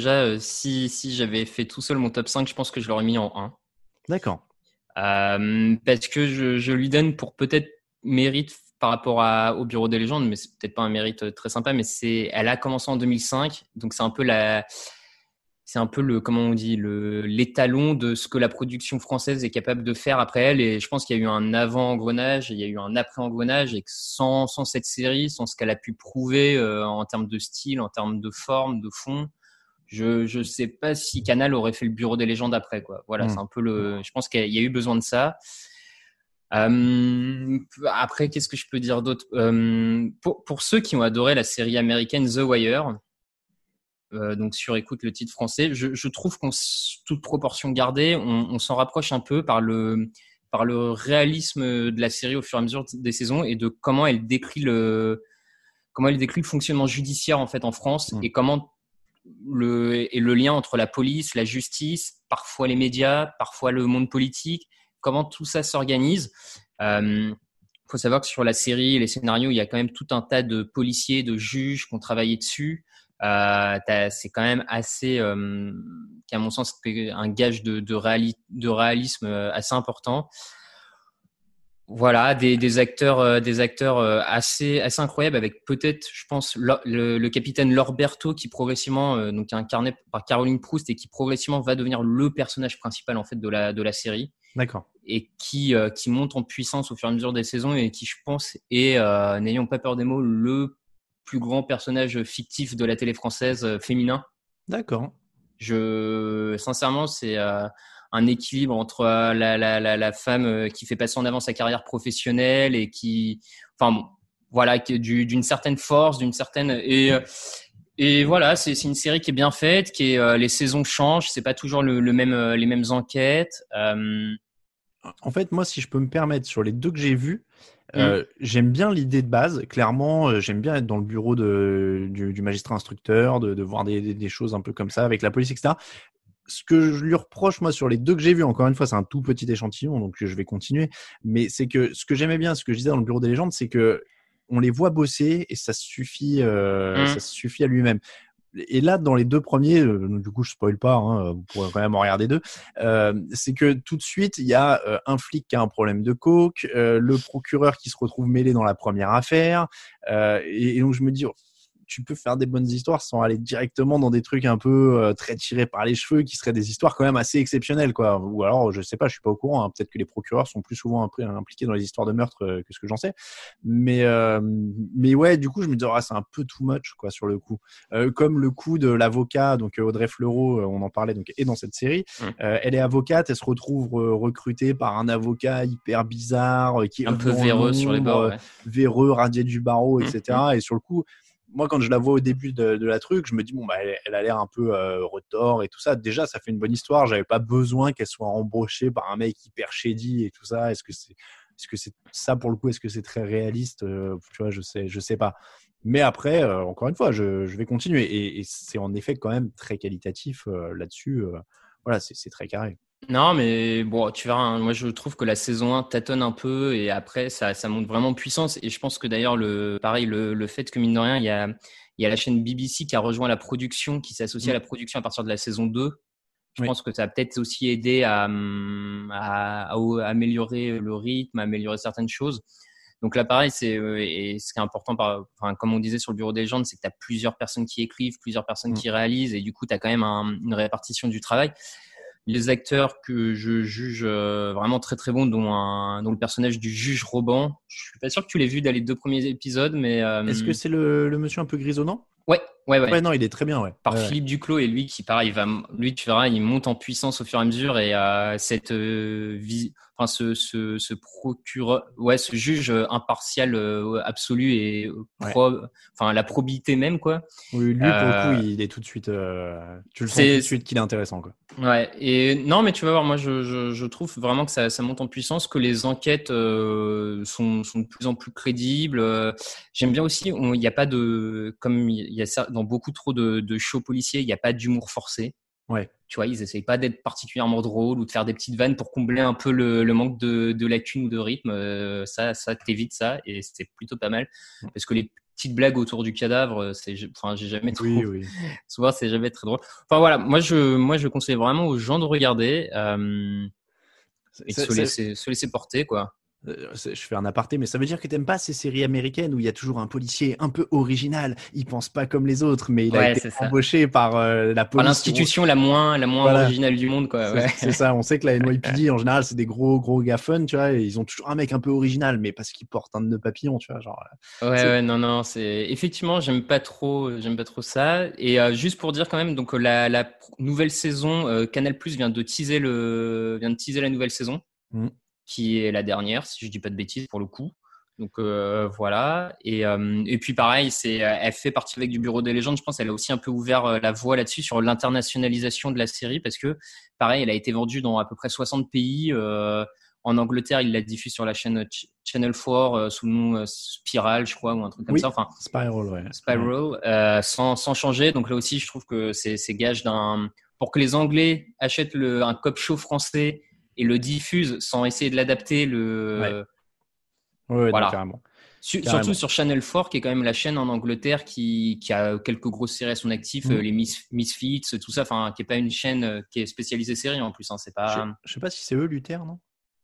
j'avais fait tout seul mon top 5, je pense que je l'aurais mis en 1. D'accord. Parce que je lui donne pour peut-être mérite par rapport au Bureau des légendes, mais c'est peut-être pas un mérite très sympa, mais elle a commencé en 2005, donc c'est un peu comment on dit, l'étalon de ce que la production française est capable de faire après elle. Et je pense qu'il y a eu un avant-engrenage, il y a eu un après-engrenage, et que sans cette série, sans ce qu'elle a pu prouver en termes de style, en termes de forme, de fond, je sais pas si Canal aurait fait le Bureau des légendes après, quoi. Voilà, c'est un peu je pense qu'il y a eu besoin de ça. Après, qu'est-ce que je peux dire d'autre? Pour ceux qui ont adoré la série américaine The Wire, donc sur écoute le titre français, je trouve toute proportion gardée, on s'en rapproche un peu par le réalisme de la série au fur et à mesure des saisons et de comment elle décrit le fonctionnement judiciaire en fait en France et comment le lien entre la police, la justice, parfois les médias, parfois le monde politique, comment tout ça s'organise. Faut savoir que sur la série et les scénarios, il y a quand même tout un tas de policiers, de juges qui ont travaillé dessus. C'est quand même assez, qui à mon sens, un gage de réalisme assez important. Voilà, des acteurs assez incroyables avec peut-être, je pense, le capitaine Lorberto qui progressivement, donc est incarné par Caroline Proust et qui progressivement va devenir le personnage principal en fait de la série. D'accord. Et qui monte en puissance au fur et à mesure des saisons et qui, je pense, est, n'ayons pas peur des mots, le plus grand personnage fictif de la télé française féminin. D'accord. Sincèrement, c'est un équilibre entre la femme qui fait passer en avant sa carrière professionnelle et qui, enfin bon, voilà, d'une certaine force, d'une certaine et voilà, c'est une série qui est bien faite, qui est les saisons changent, c'est pas toujours les mêmes enquêtes. En fait, moi, si je peux me permettre, sur les 2 que j'ai vus, j'aime bien l'idée de base. Clairement, j'aime bien être dans le bureau du magistrat instructeur, de voir des choses un peu comme ça avec la police, etc. Ce que je lui reproche, moi, sur les 2 que j'ai vus, encore une fois, c'est un tout petit échantillon, donc je vais continuer. Mais c'est que ce que j'aimais bien, ce que je disais dans le Bureau des légendes, c'est que on les voit bosser et ça suffit à lui-même. Et là, dans les 2 premiers, du coup, je spoil pas, hein, vous pourrez quand même en regarder 2. C'est que tout de suite, il y a un flic qui a un problème de coke, le procureur qui se retrouve mêlé dans la première affaire, et donc je me dis, tu peux faire des bonnes histoires sans aller directement dans des trucs un peu très tirés par les cheveux, qui seraient des histoires quand même assez exceptionnelles, quoi. Ou alors, je sais pas, je suis pas au courant, hein. Peut-être que les procureurs sont plus souvent impliqués dans les histoires de meurtre que ce que j'en sais. Mais ouais, du coup, je me dis, c'est un peu too much, quoi, sur le coup. Comme le coup de l'avocat, donc Audrey Fleurot, on en parlait, donc, et dans cette série, elle est avocate, elle se retrouve recrutée par un avocat hyper bizarre, qui est un peu véreux sur les bords, véreux, radié du barreau, etc. Et sur le coup, moi, quand je la vois au début de la truc, je me dis, bon, bah, elle a l'air un peu retors et tout ça. Déjà, ça fait une bonne histoire. J'avais pas besoin qu'elle soit embauchée par un mec hyper shady et tout ça. Est-ce que c'est ça pour le coup? Est-ce que c'est très réaliste? Tu vois, je sais pas. Mais après, encore une fois, je vais continuer. Et c'est en effet quand même très qualitatif là-dessus. Voilà, c'est très carré. Non, mais bon, tu verras, hein, moi je trouve que la saison 1 tâtonne un peu et après ça monte vraiment en puissance. Et je pense que d'ailleurs, le fait que mine de rien, il y a la chaîne BBC qui a rejoint la production, qui s'est associée à la production à partir de la saison 2. Je pense que ça a peut-être aussi aidé à améliorer le rythme, à améliorer certaines choses. Donc là, pareil, et ce qui est important, comme on disait sur le Bureau des légendes, c'est que tu as plusieurs personnes qui écrivent, plusieurs personnes qui réalisent, et du coup, tu as quand même une répartition du travail. Les acteurs que je juge vraiment très très bons, dont le personnage du juge Roban. Je suis pas sûr que tu l'aies vu dans les 2 premiers épisodes, mais est-ce que c'est le monsieur un peu grisonnant? Ouais. Ouais, non, il est très bien, ouais. Par Philippe Duclos, et lui qui pareil lui tu verras, il monte en puissance au fur et à mesure, et cette ce procureur, ce juge impartial absolu et la probité même, quoi. Oui, lui pour le coup, il est tout de suite tu le sens tout de suite qu'il est intéressant, quoi. Ouais, et non, mais tu vas voir, moi je trouve vraiment que ça monte en puissance, que les enquêtes sont de plus en plus crédibles. J'aime bien aussi, il n'y a pas comme il y a ça dans beaucoup trop de shows policiers, il n'y a pas d'humour forcé. Ouais. Tu vois, ils essayent pas d'être particulièrement drôles ou de faire des petites vannes pour combler un peu le manque de lacunes ou de rythme. Ça t'évite ça, et c'est plutôt pas mal, parce que les petites blagues autour du cadavre, j'ai jamais trop. Oui. Souvent, c'est jamais très drôle. Enfin voilà, moi je conseille vraiment aux gens de regarder et de se laisser porter, quoi. Je fais un aparté, mais ça veut dire que t'aimes pas ces séries américaines où il y a toujours un policier un peu original. Il pense pas comme les autres, mais il a été embauché par la police. Par l'institution la moins originale du monde, quoi. Ouais. C'est ça. On sait que la NYPD en général c'est des gros gars fun, tu vois. Et ils ont toujours un mec un peu original, mais parce qu'il porte un nœud papillon, tu vois. Genre. Non, c'est effectivement j'aime pas trop ça. Et juste pour dire quand même, donc la nouvelle saison, Canal+ vient de teaser la nouvelle saison. Qui est la dernière, si je dis pas de bêtises pour le coup. Donc voilà. Et puis pareil, elle fait partie avec du Bureau des légendes. Je pense qu'elle a aussi un peu ouvert la voie là-dessus sur l'internationalisation de la série, parce que pareil, elle a été vendue dans à peu près 60 pays. En Angleterre, il la diffuse sur la chaîne Channel 4 sous le nom Spiral, je crois, ou un truc comme ça. Enfin, Spiral, ouais. Spiral, sans changer. Donc là aussi, je trouve que c'est gage pour que les Anglais achètent un cop show français et le diffuse sans essayer de l'adapter. Ouais, voilà. Non, carrément. Surtout sur Channel 4, qui est quand même la chaîne en Angleterre qui a quelques grosses séries à son actif, les Misfits, tout ça, enfin, qui est pas une chaîne qui est spécialisée série en plus. Hein, c'est pas. Je sais pas si c'est eux, Luther, non?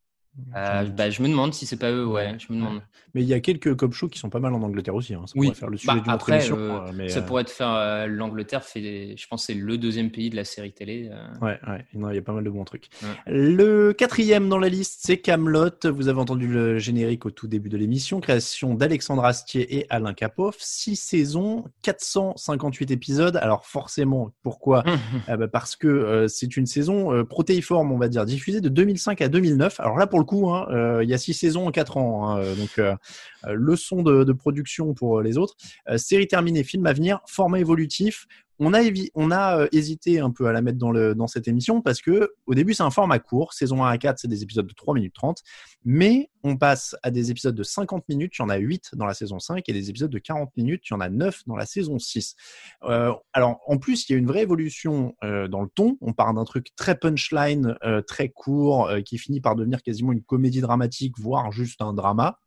Je me demande si c'est pas eux, je me demande. Mais il y a quelques cop shows qui sont pas mal en Angleterre aussi. Hein. Ça pourrait faire le sujet d'une autre émission. Ça pourrait être faire l'Angleterre je pense, c'est le 2e pays de la série télé. Ouais. Non, il y a pas mal de bons trucs. Le 4e dans la liste, c'est Kaamelott. Vous avez entendu le générique au tout début de l'émission. Création d'Alexandre Astier et Alain Capoff. 6 saisons, 458 épisodes. Alors forcément, pourquoi parce que c'est une saison protéiforme, on va dire, diffusée de 2005 à 2009. Alors là, pour le coup, il y a 6 saisons en 4 ans. Donc, leçon de production pour les autres. Série terminée, film à venir, format évolutif. On a hésité un peu à la mettre dans cette émission parce que au début, c'est un format court. Saison 1 à 4, c'est des épisodes de 3 minutes 30. Mais on passe à des épisodes de 50 minutes. Il y en a 8 dans la saison 5 et des épisodes de 40 minutes. Il y en a 9 dans la saison 6. Alors, en plus, il y a une vraie évolution dans le ton. On part d'un truc très punchline, très court, qui finit par devenir quasiment une comédie dramatique, voire juste un drama.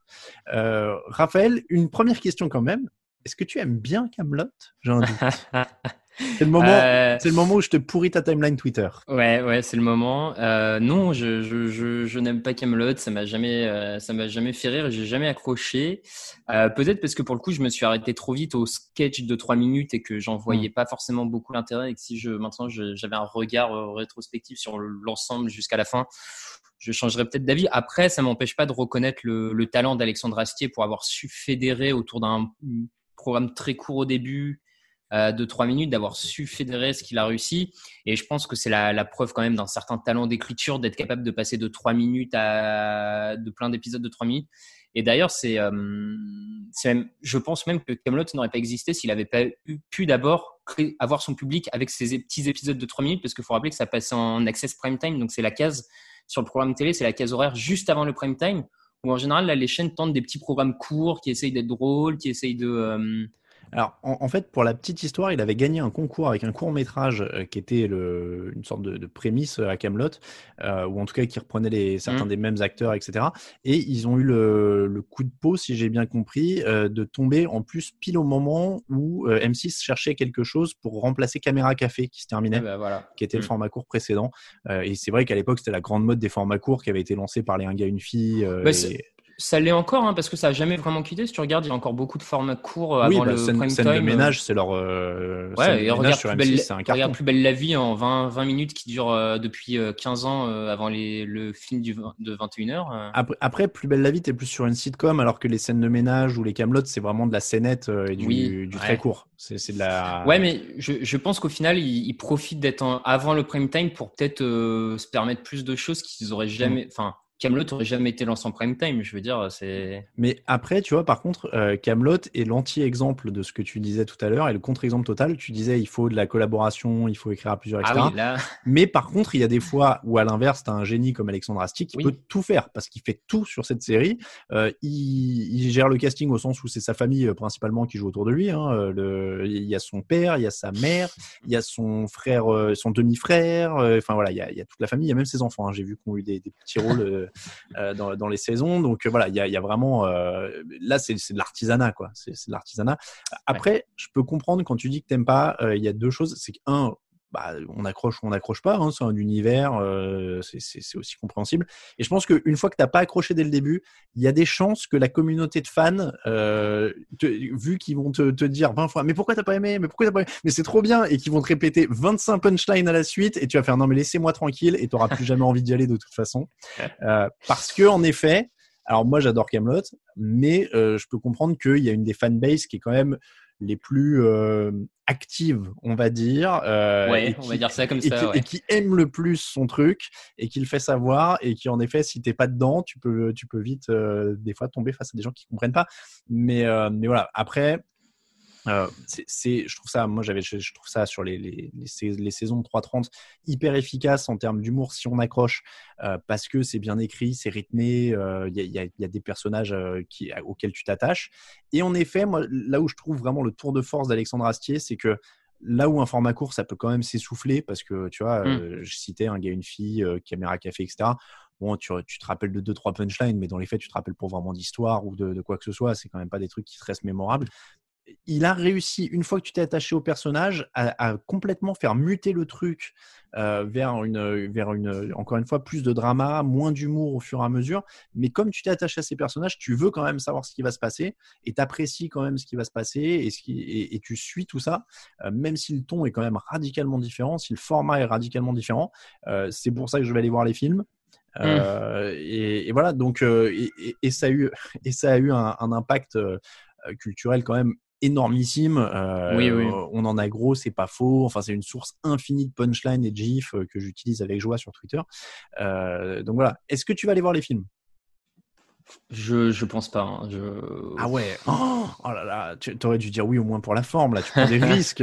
Raphaël, une première question quand même. Est-ce que tu aimes bien Kaamelott? J'ai un doute. C'est le moment, c'est le moment où je te pourris ta timeline Twitter. Ouais, c'est le moment. Non, je n'aime pas Kaamelott. Ça m'a jamais fait rire. J'ai jamais accroché. Peut-être parce que pour le coup, je me suis arrêté trop vite au sketch de 3 minutes et que j'en voyais pas forcément beaucoup l'intérêt. Et que si maintenant j'avais un regard rétrospectif sur l'ensemble jusqu'à la fin, je changerais peut-être d'avis. Après, ça m'empêche pas de reconnaître le talent d'Alexandre Astier pour avoir su fédérer autour d'un programme très court au début de 3 minutes, d'avoir su fédérer ce qu'il a réussi. Et je pense que c'est la preuve quand même d'un certain talent d'écriture, d'être capable de passer de 3 minutes de plein d'épisodes de 3 minutes. Et d'ailleurs, je pense même que Kaamelott n'aurait pas existé s'il n'avait pas pu d'abord avoir son public avec ces petits épisodes de 3 minutes, parce qu'il faut rappeler que ça passait en access prime time, donc c'est la case sur le programme télé, c'est la case horaire juste avant le prime time, où en général, là, les chaînes tentent des petits programmes courts qui essayent d'être drôles, qui essayent de... Alors, en fait, pour la petite histoire, il avait gagné un concours avec un court-métrage qui était une sorte de prémisse à Kaamelott, ou en tout cas qui reprenait certains des mêmes acteurs, etc. Et ils ont eu le coup de peau, si j'ai bien compris, de tomber en plus pile au moment où M6 cherchait quelque chose pour remplacer Caméra Café, qui se terminait, qui était le format court précédent. Et c'est vrai qu'à l'époque, c'était la grande mode des formats courts qui avait été lancée par les Un gars, une fille. Ça l'est encore, hein, parce que ça n'a jamais vraiment quitté. Si tu regardes, il y a encore beaucoup de formats courts avant le prime scène time. de ménage, c'est leur scène de ménage sur M6, c'est un carton. Regarde Plus belle la vie en 20 minutes qui dure depuis 15 ans avant le film de 21h. Après, Plus belle la vie, t'es plus sur une sitcom, alors que les scènes de ménage ou les Kaamelott, c'est vraiment de la scénette et du très court. C'est de la... Ouais, mais je pense qu'au final, ils profitent d'être avant le prime time pour peut-être se permettre plus de choses qu'ils auraient jamais... Enfin, Kaamelott aurait jamais été lancé en prime time, je veux dire, c'est... Mais après, tu vois, par contre, Kaamelott est l'anti-exemple de ce que tu disais tout à l'heure et le contre-exemple total. Tu disais, il faut de la collaboration, il faut écrire à plusieurs, etc. Ah oui, là... Mais par contre, il y a des fois où, à l'inverse, tu as un génie comme Alexandre Astier qui peut tout faire parce qu'il fait tout sur cette série. Il gère le casting au sens où c'est sa famille principalement qui joue autour de lui. Hein. Il y a son père, il y a sa mère, il y a son frère, son demi-frère. Enfin voilà, il y a toute la famille, il y a même ses enfants. Hein. J'ai vu qu'on a eu des petits rôles dans les saisons. Donc voilà, il y a vraiment là c'est de l'artisanat quoi. C'est de l'artisanat. Après, je peux comprendre quand tu dis que t'aimes pas. Il y a deux choses. C'est qu'un, on accroche ou on n'accroche pas, hein, c'est un univers, c'est aussi compréhensible. Et je pense qu'une fois que tu n'as pas accroché dès le début, il y a des chances que la communauté de fans, vu qu'ils vont te dire 20 fois « mais pourquoi t'as pas aimé ? Mais pourquoi t'as pas aimé ? Mais c'est trop bien !» et qu'ils vont te répéter 25 punchlines à la suite et tu vas faire « non mais laissez-moi tranquille » et tu n'auras plus jamais envie d'y aller de toute façon. Parce que en effet, alors moi j'adore Kaamelott, mais je peux comprendre qu'il y a une des fanbases qui est quand même les plus actives, on va dire, on va dire ça comme ça, et qui aime le plus son truc et qui le fait savoir et qui en effet, si t'es pas dedans, tu peux vite des fois tomber face à des gens qui comprennent pas. Mais voilà. Après. Je trouve ça, moi je trouve ça sur les saisons de 3:30 hyper efficace en termes d'humour si on accroche, parce que c'est bien écrit, c'est rythmé, il y a des personnages auxquels tu t'attaches. Et en effet, moi là où je trouve vraiment le tour de force d'Alexandre Astier, c'est que là où un format court ça peut quand même s'essouffler, parce que tu vois, je citais Un gars, une fille, Caméra Café, etc. Bon, tu te rappelles de 2-3 punchlines, mais dans les faits tu te rappelles pour vraiment d'histoire ou de quoi que ce soit. C'est quand même pas des trucs qui te restent mémorables. Il a réussi, une fois que tu t'es attaché au personnage, à complètement faire muter le truc vers encore une fois, plus de drama, moins d'humour au fur et à mesure. Mais comme tu t'es attaché à ces personnages, tu veux quand même savoir ce qui va se passer et t'apprécies quand même ce qui va se passer et tu suis tout ça, même si le ton est quand même radicalement différent, si le format est radicalement différent. C'est pour ça que je vais aller voir les films. Et voilà, donc et ça a eu un impact culturel quand même énormissime. Oui. On en a gros, c'est pas faux. Enfin, c'est une source infinie de punchlines et de gifs que j'utilise avec joie sur Twitter. Donc voilà. Est-ce que tu vas aller voir les films ? Je pense pas. Hein. Ah ouais. Oh là là. Tu aurais dû dire oui au moins pour la forme. Là, tu prends des risques.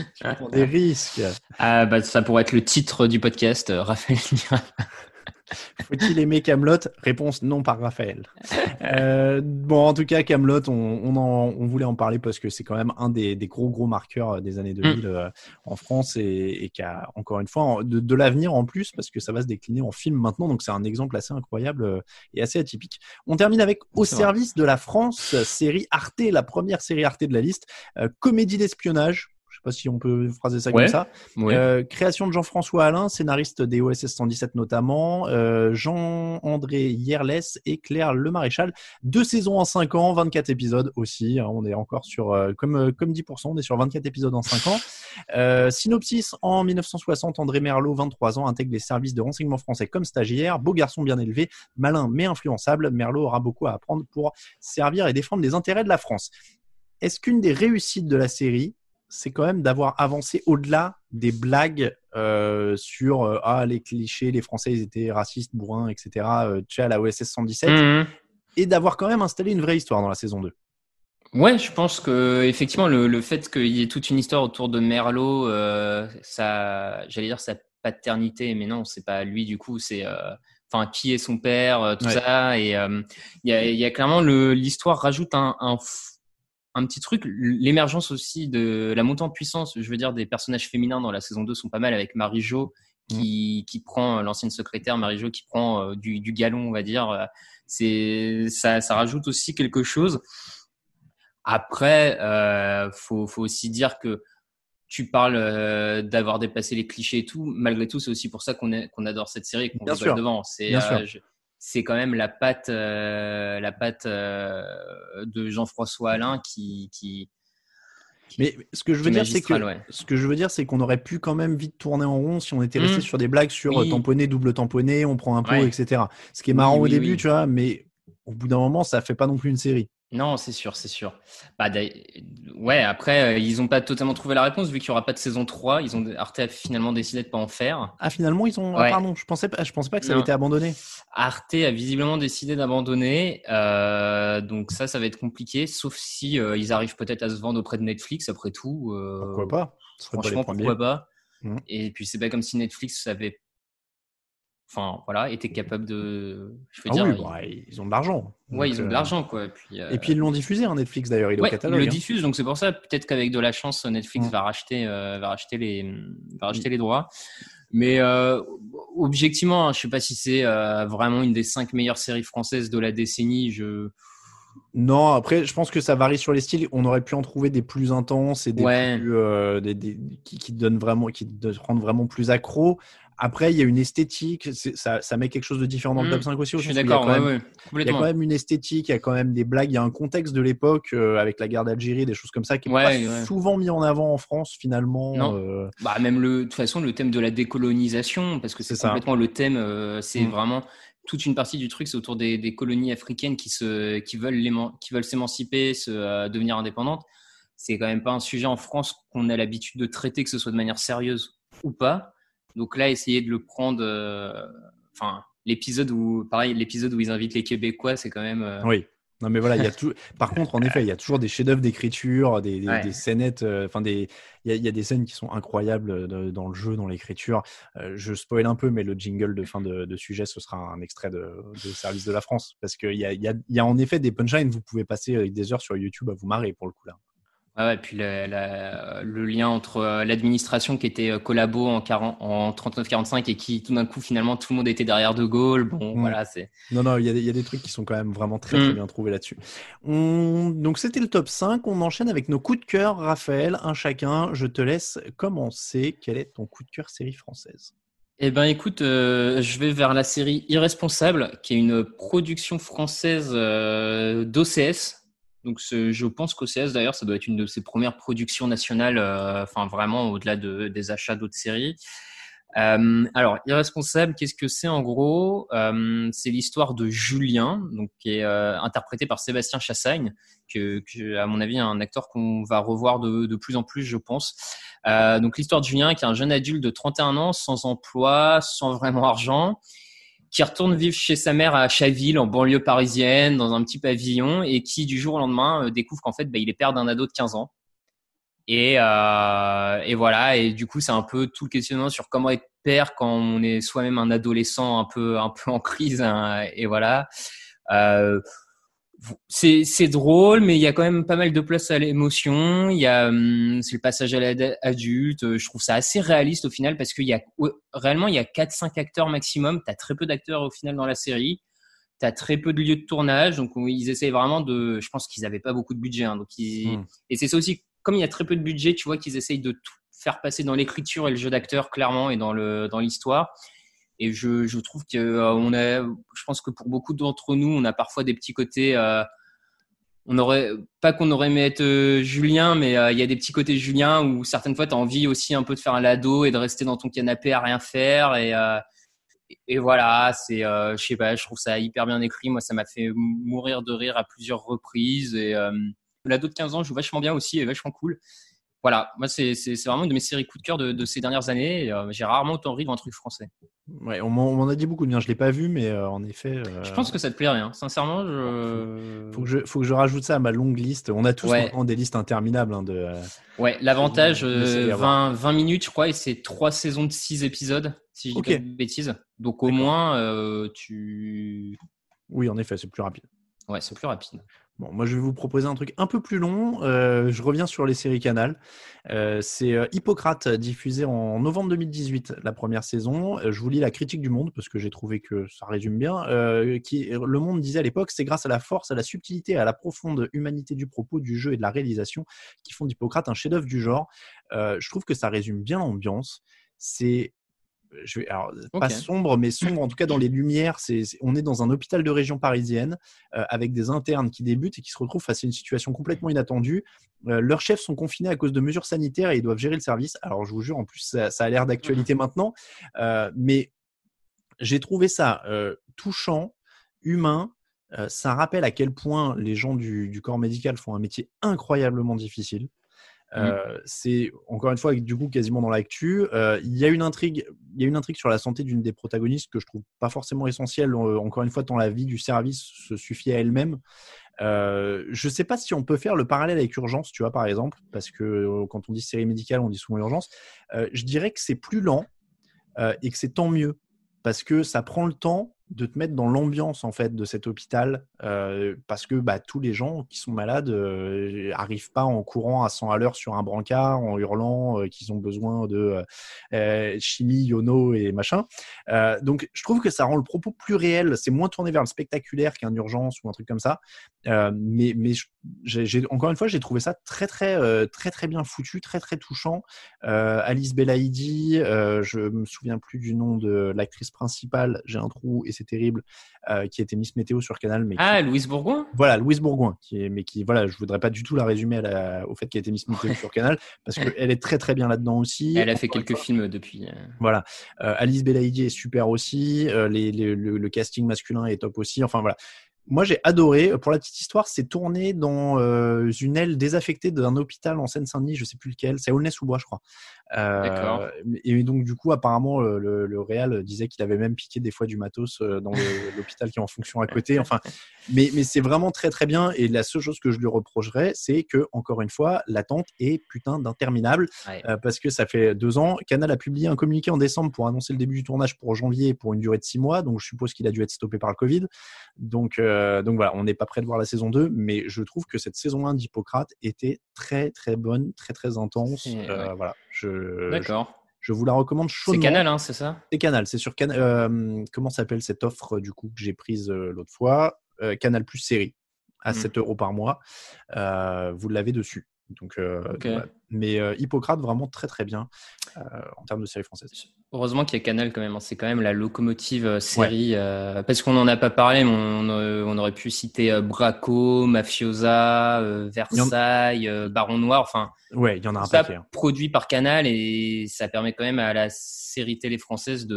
Ça pourrait être le titre du podcast. Raphaël Lira. Faut-il aimer Kaamelott ? Réponse non par Raphaël. Bon, en tout cas, Kaamelott, on voulait en parler parce que c'est quand même un des gros marqueurs des années 2000 en France et qui a encore une fois de l'avenir en plus parce que ça va se décliner en film maintenant. Donc c'est un exemple assez incroyable et assez atypique. On termine avec Au service de la France, série Arte, la première série Arte de la liste, comédie d'espionnage. Je sais pas si on peut phraser ça Ouais. comme ça. Ouais. Création de Jean-François Alain, scénariste des OSS 117 notamment, Jean-André Hierles et Claire Lemaréchal. 2 saisons en 5 ans, 24 épisodes aussi. On est encore sur, comme 10%, on est sur 24 épisodes en 5 ans. Synopsis, en 1960, André Merlot, 23 ans, intègre les services de renseignement français comme stagiaire. Beau garçon bien élevé, malin mais influençable, Merlot aura beaucoup à apprendre pour servir et défendre les intérêts de la France. Est-ce qu'une des réussites de la série, c'est quand même d'avoir avancé au-delà des blagues sur les clichés, les Français ils étaient racistes, bourrins, etc. Tu sais, à la OSS 117, et d'avoir quand même installé une vraie histoire dans la saison 2? Ouais, je pense que effectivement le fait qu'il y ait toute une histoire autour de Merlot, j'allais dire sa paternité, mais non, c'est pas lui du coup, c'est enfin qui est son père, tout ça, et il y a clairement l'histoire rajoute un petit truc, l'émergence aussi de la montée en puissance, je veux dire, des personnages féminins dans la saison 2 sont pas mal, avec Marie-Jo qui prend l'ancienne secrétaire, Marie-Jo qui prend du galon, on va dire. Ça rajoute aussi quelque chose. Après, faut aussi dire que tu parles d'avoir dépassé les clichés et tout. Malgré tout, c'est aussi pour ça qu'on adore cette série et qu'on rigole devant. C'est quand même la patte de Jean-François Alain qui Mais ce que je veux dire, c'est qu'on aurait pu quand même vite tourner en rond si on était resté sur des blagues sur tamponner, double tamponner, on prend un pot, etc. Ce qui est marrant au début, tu vois, mais au bout d'un moment, ça fait pas non plus une série. Non, c'est sûr, c'est sûr. Bah, ouais, après, ils ont pas totalement trouvé la réponse vu qu'il y aura pas de saison 3. Arte a finalement décidé de pas en faire. Ah, finalement, ils ont. Ouais. Ah, pardon, je pensais pas que ça avait été abandonné. Arte a visiblement décidé d'abandonner. Donc ça va être compliqué, sauf si ils arrivent peut-être à se vendre auprès de Netflix après tout. Pourquoi pas? Franchement, pourquoi pas? Et puis c'est pas comme si Netflix avait était capable de. Ils ont de l'argent. Ouais, ils ont de l'argent, quoi. Et puis ils l'ont diffusé, Netflix d'ailleurs, il est au catalogue. Ils le diffusent, donc c'est pour ça. Peut-être qu'avec de la chance, Netflix va racheter les droits. Mais objectivement, je sais pas si c'est vraiment une des 5 meilleures séries françaises de la décennie. Non, après, je pense que ça varie sur les styles. On aurait pu en trouver des plus intenses et des plus, qui donnent vraiment, qui te rendent vraiment plus accro. Après, il y a une esthétique, ça met quelque chose de différent dans le top 5 aussi. Je suis d'accord, il y a quand même une esthétique, il y a quand même des blagues, il y a un contexte de l'époque avec la guerre d'Algérie, des choses comme ça qui n'est pas souvent mis en avant en France finalement. Non. Même de toute façon, le thème de la décolonisation, parce que c'est complètement le thème, c'est vraiment toute une partie du truc, c'est autour des colonies africaines qui veulent s'émanciper, devenir indépendantes. C'est quand même pas un sujet en France qu'on a l'habitude de traiter, que ce soit de manière sérieuse ou pas. Donc là, essayer de le prendre, l'épisode où ils invitent les Québécois, c'est quand même. Oui. Non mais voilà, il y a tout. Par contre, en effet, il y a toujours des chefs-d'œuvre d'écriture, des scénettes. Il y a des scènes qui sont incroyables dans le jeu, dans l'écriture. Je spoil un peu, mais le jingle de fin de sujet, ce sera un extrait de Service de la France, parce qu'il y a en effet des punchlines. Vous pouvez passer des heures sur YouTube à vous marrer pour le coup là. Et puis le lien entre l'administration qui était collabo en 39-45 et qui tout d'un coup finalement tout le monde était derrière De Gaulle. Voilà, c'est. Non, il y a des trucs qui sont quand même vraiment très très bien trouvés là-dessus. Donc c'était le top 5. On enchaîne avec nos coups de cœur, Raphaël, un chacun. Je te laisse commencer. Quel est ton coup de cœur série française? Eh ben écoute, je vais vers la série Irresponsable, qui est une production française d'OCS. Donc, je pense qu'OCS, d'ailleurs, ça doit être une de ses premières productions nationales, vraiment au-delà des achats d'autres séries. Alors, Irresponsable, qu'est-ce que c'est en gros? C'est l'histoire de Julien, donc qui est interprété par Sébastien Chassagne, que à mon avis, un acteur qu'on va revoir de plus en plus, je pense. Donc, l'histoire de Julien, qui est un jeune adulte de 31 ans, sans emploi, sans vraiment argent, qui retourne vivre chez sa mère à Chaville, en banlieue parisienne, dans un petit pavillon, et qui, du jour au lendemain, découvre qu'en fait, il est père d'un ado de 15 ans. Et voilà. Et du coup, c'est un peu tout le questionnement sur comment être père quand on est soi-même un adolescent un peu en crise. Hein, et voilà. C'est drôle, mais il y a quand même pas mal de place à l'émotion. C'est le passage à l'adulte. Je trouve ça assez réaliste au final parce réellement, il y a 4-5 acteurs maximum. T'as très peu d'acteurs au final dans la série. T'as très peu de lieux de tournage. Donc, ils essayent vraiment je pense qu'ils avaient pas beaucoup de budget. Hein, et c'est ça aussi comme il y a très peu de budget, tu vois qu'ils essayent de tout faire passer dans l'écriture et le jeu d'acteur clairement et dans l'histoire. Et je trouve que je pense que pour beaucoup d'entre nous, on a parfois des petits côtés. On aurait pas qu'on aurait aimé être Julien, mais il y a des petits côtés Julien où certaines fois, tu as envie aussi un peu de faire un lado et de rester dans ton canapé à rien faire. Et voilà, je sais pas, je trouve ça hyper bien écrit. Moi, ça m'a fait mourir de rire à plusieurs reprises. Et l'ado de 15 ans joue vachement bien aussi, et vachement cool. Voilà, moi, c'est vraiment une de mes séries coup de cœur de ces dernières années. Et, j'ai rarement autant ri dans un truc français. Ouais, on m'en a dit beaucoup de bien. Je l'ai pas vu, mais en effet. Je pense que ça te plairait, hein. Sincèrement, faut que je rajoute ça à ma longue liste. On a tous maintenant des listes interminables de. Ouais, l'avantage, 20 minutes, je crois, et c'est 3 saisons de 6 épisodes, si je dis pas de bêtises. Donc au moins, Oui, en effet, c'est plus rapide. Ouais, c'est plus rapide. Bon, moi, je vais vous proposer un truc un peu plus long. Je reviens sur les séries Canal. C'est Hippocrate, diffusé en novembre 2018, la première saison. Je vous lis la critique du Monde, parce que j'ai trouvé que ça résume bien. Le Monde disait à l'époque, c'est grâce à la force, à la subtilité, à la profonde humanité du propos, du jeu et de la réalisation qui font d'Hippocrate un chef-d'œuvre du genre. Je trouve que ça résume bien l'ambiance. C'est pas sombre, mais sombre en tout cas dans les lumières. On est dans un hôpital de région parisienne avec des internes qui débutent et qui se retrouvent face à une situation complètement inattendue. Leurs chefs sont confinés à cause de mesures sanitaires et ils doivent gérer le service. Alors je vous jure, en plus ça a l'air d'actualité maintenant, mais j'ai trouvé ça touchant, humain. Ça rappelle à quel point les gens du corps médical font un métier incroyablement difficile. C'est encore une fois du coup quasiment dans l'actu. Il y a une intrigue sur la santé d'une des protagonistes que je trouve pas forcément essentielle. Encore une fois, tant la vie du service se suffit à elle-même. Je sais pas si on peut faire le parallèle avec Urgence, tu vois, par exemple, parce que quand on dit série médicale, on dit souvent Urgence. Je dirais que c'est plus lent et que c'est tant mieux parce que ça prend le temps de te mettre dans l'ambiance en fait de cet hôpital parce que tous les gens qui sont malades arrivent pas en courant à 100 à l'heure sur un brancard en hurlant qu'ils ont besoin de chimie, yono et machin. Donc je trouve que ça rend le propos plus réel, c'est moins tourné vers le spectaculaire qu'un Urgence ou un truc comme ça. Mais encore une fois, j'ai trouvé ça très très bien foutu, très très touchant. Alice Belaïdi, je me souviens plus du nom de l'actrice principale, j'ai un trou et c'est terrible, qui était Miss Météo sur Canal. Louise Bourgoin. Voilà, Louise Bourgoin, voilà, je voudrais pas du tout la résumer au fait qu'elle était Miss Météo sur Canal, parce qu'elle est très très bien là-dedans aussi. Elle a fait quelques films depuis. Voilà, Alice Belaïdi est super aussi, le casting masculin est top aussi. Enfin voilà. Moi, j'ai adoré. Pour la petite histoire, c'est tourné dans une aile désaffectée d'un hôpital en Seine-Saint-Denis, je sais plus lequel. C'est à Aulnay-sous-Bois, je crois. D'accord. Et donc, du coup, apparemment, le réal disait qu'il avait même piqué des fois du matos dans l'hôpital qui est en fonction à côté. Enfin, mais c'est vraiment très, très bien. Et la seule chose que je lui reprocherais, c'est que, encore une fois, l'attente est putain d'interminable. Ouais. Parce que ça fait 2 ans. Canal a publié un communiqué en décembre pour annoncer le début du tournage pour janvier pour une durée de 6 mois. Donc, je suppose qu'il a dû être stoppé par le Covid. Donc voilà, on n'est pas prêt de voir la saison 2, mais je trouve que cette saison 1 d'Hippocrate était très très bonne, très très intense. Voilà, d'accord. Je vous la recommande chaudement. C'est Canal, hein, c'est ça ? C'est Canal, c'est sur Canal. Comment s'appelle cette offre du coup que j'ai prise l'autre fois ? Canal Plus série à 7 € par mois. Vous l'avez dessus. Donc, voilà. Mais Hippocrate, vraiment très très bien en termes de série française. Heureusement qu'il y a Canal quand même, hein. C'est quand même la locomotive série. Ouais. Parce qu'on n'en a pas parlé, mais on aurait pu citer Braco, Mafiosa, Versailles, Baron Noir. Enfin, ouais, il y en a un paquet. Produit par Canal et ça permet quand même à la série télé française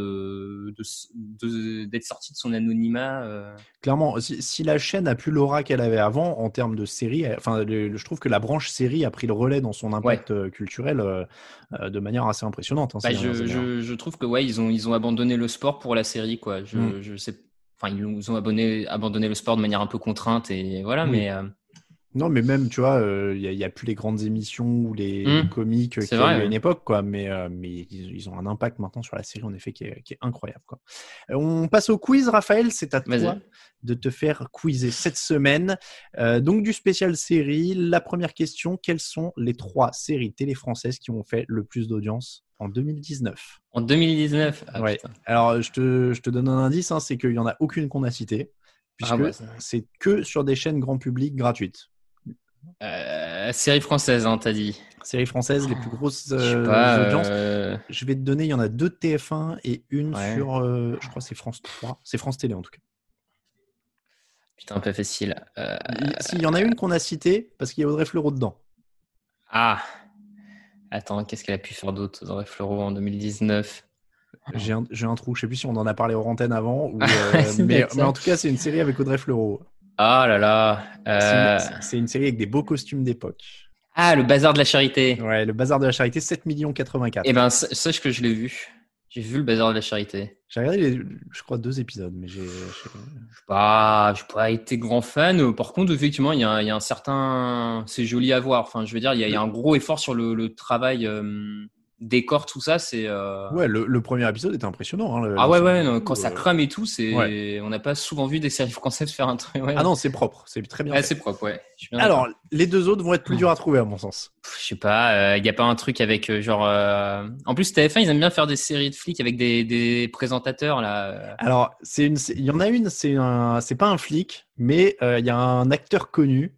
d'être sortie de son anonymat. Clairement, si la chaîne a plus l'aura qu'elle avait avant en termes de série, je trouve que la branche série a pris le relais dans son impact culturel de manière assez impressionnante. Hein, je trouve que ils ont abandonné le sport pour la série, quoi. Je sais, enfin ils ont abandonné le sport de manière un peu contrainte et voilà, oui. Mais non, mais même, tu vois, il y a plus les grandes émissions ou les comiques qu'il y a eu à une époque, quoi. Mais ils ont un impact maintenant sur la série, en effet, qui est incroyable, quoi. On passe au quiz, Raphaël. C'est à toi de te faire quizer cette semaine. Donc, du spécial série. La première question, quelles sont les 3 séries télé françaises qui ont fait le plus d'audience en 2019 ? En 2019 ? Ouais. Putain. Alors, je te donne un indice, hein, c'est qu'il n'y en a aucune qu'on a citée, puisque c'est que sur des chaînes grand public gratuites. Série française, hein, t'as dit. Série française, les plus grosses Je sais pas. audiences. Je vais te donner, il y en a 2 de TF1 et une Ouais. sur, je crois que c'est France 3. C'est France Télé en tout cas. Putain, pas facile. S'il y en a une qu'on a citée, parce qu'il y a Audrey Fleurot dedans. Ah, attends, qu'est-ce qu'elle a pu faire d'autre, Audrey Fleurot, en 2019? J'ai un trou, je sais plus si on en a parlé hors antenne avant, ou, C'est mais peut-être ça. en tout cas, c'est une série avec Audrey Fleurot. Ah là là. C'est une série avec des beaux costumes d'époque. Ah, le bazar de la charité. Ouais, le bazar de la charité, 7 84 Eh ben, sache que je l'ai vu. J'ai vu le bazar de la charité. J'ai regardé, je crois, 2 épisodes, mais j'ai J'ai pas été grand fan. Par contre, effectivement, il y a un certain, c'est joli à voir. Enfin, je veux dire, il y a un gros effort sur le travail décor, tout ça. C'est Ouais, le premier épisode était impressionnant. Hein, ah ouais, l'ensemble non, du quand coup, ça crame et tout, ouais. on n'a pas souvent vu des séries françaises faire un truc. Ah Ouais, non, c'est propre, c'est très bien ouais, fait. c'est propre, ouais. Je suis bien Alors, d'accord. les 2 autres vont être plus durs à trouver, à mon sens. Je sais pas, il y a pas un truc avec genre. En plus, TF1, ils aiment bien faire des séries de flics avec des présentateurs là. Alors, il y en a une, c'est pas un flic, mais il y a un acteur connu.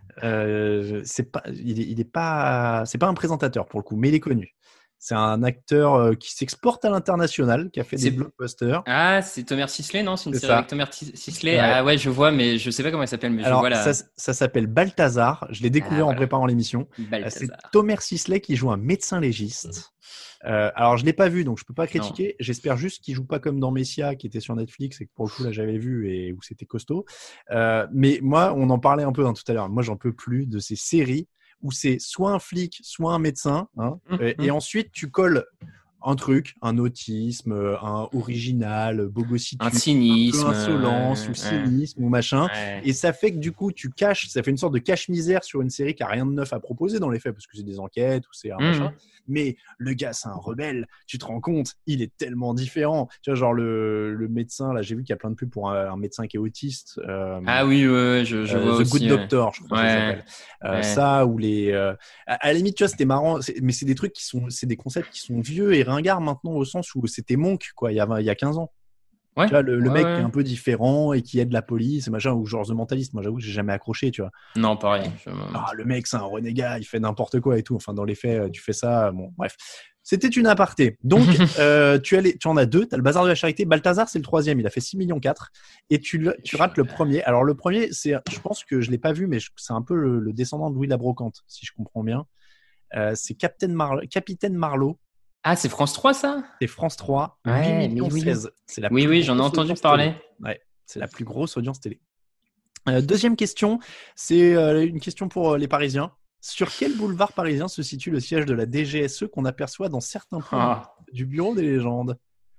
C'est pas, il est pas, c'est pas un présentateur pour le coup, mais il est connu. C'est un acteur qui s'exporte à l'international, qui a fait des C'est blockbusters. Ah, c'est Thomas Sisley, non? C'est une C'est série avec ça. Thomas Sisley. Ouais. Ah ouais, je vois, mais je sais pas comment elle s'appelle, mais je Alors, vois ça, là. ça s'appelle Balthazar. Je l'ai Ah découvert en voilà, préparant l'émission. C'est Balthazar. Thomas Sisley qui joue un médecin légiste. Alors, je l'ai pas vu, donc je peux pas Non. critiquer. J'espère juste qu'il joue pas comme dans Messia, qui était sur Netflix et que pour le coup là j'avais vu et où c'était costaud. Mais moi, on en parlait un peu tout à l'heure. Moi, j'en peux plus de ces séries où c'est soit un flic, soit un médecin, hein, et ensuite tu colles un truc, un autisme, un original, Un bogossitude, un peu cynisme. insolence ou cynisme ou machin. Ouais. Et ça fait que du coup, tu caches, ça fait une sorte de cache-misère sur une série qui a rien de neuf à proposer dans les faits, parce que c'est des enquêtes ou c'est un machin. Mais le gars, c'est un rebelle. Tu te rends compte, il est tellement différent. Tu vois, genre le médecin, là, j'ai vu qu'il y a plein de pubs pour un médecin qui est autiste. Ah oui, ouais, je vois The Good aussi. Doctor, je crois que ça Ouais. s'appelle. Ouais. Ça, ou les. À la limite, tu vois, c'était marrant, mais c'est des trucs qui sont. C'est des concepts qui sont vieux et ringards maintenant, au sens où c'était Monk, quoi, il y a 15 ans. Ouais. Tu vois, le mec qui est Ouais. un peu différent et qui aide la police, et machin, ou genre The Mentalist, moi j'avoue que j'ai jamais accroché, tu vois. Non, pareil. Ah, le mec, c'est un renégat, il fait n'importe quoi et tout. Enfin, dans les faits, tu fais ça. Bon, bref. C'était une aparté. Donc, tu en as 2. Tu as le bazar de la charité. Balthazar, c'est le 3e. Il a fait 6,4 millions. Et tu rates le premier. Alors, le premier, je pense que je l'ai pas vu, mais c'est un peu le descendant de Louis la Brocante, si je comprends bien. C'est Capitaine Marlowe. Ah, c'est France 3, ça? C'est France 3. Ouais, 8 millions oui. 16. C'est la Oui, plus j'en ai grosse entendu audience parler. télé. Ouais, c'est la plus grosse audience télé. Deuxième question, c'est une question pour les Parisiens. Sur quel boulevard parisien se situe le siège de la DGSE qu'on aperçoit dans certains plans du Bureau des légendes?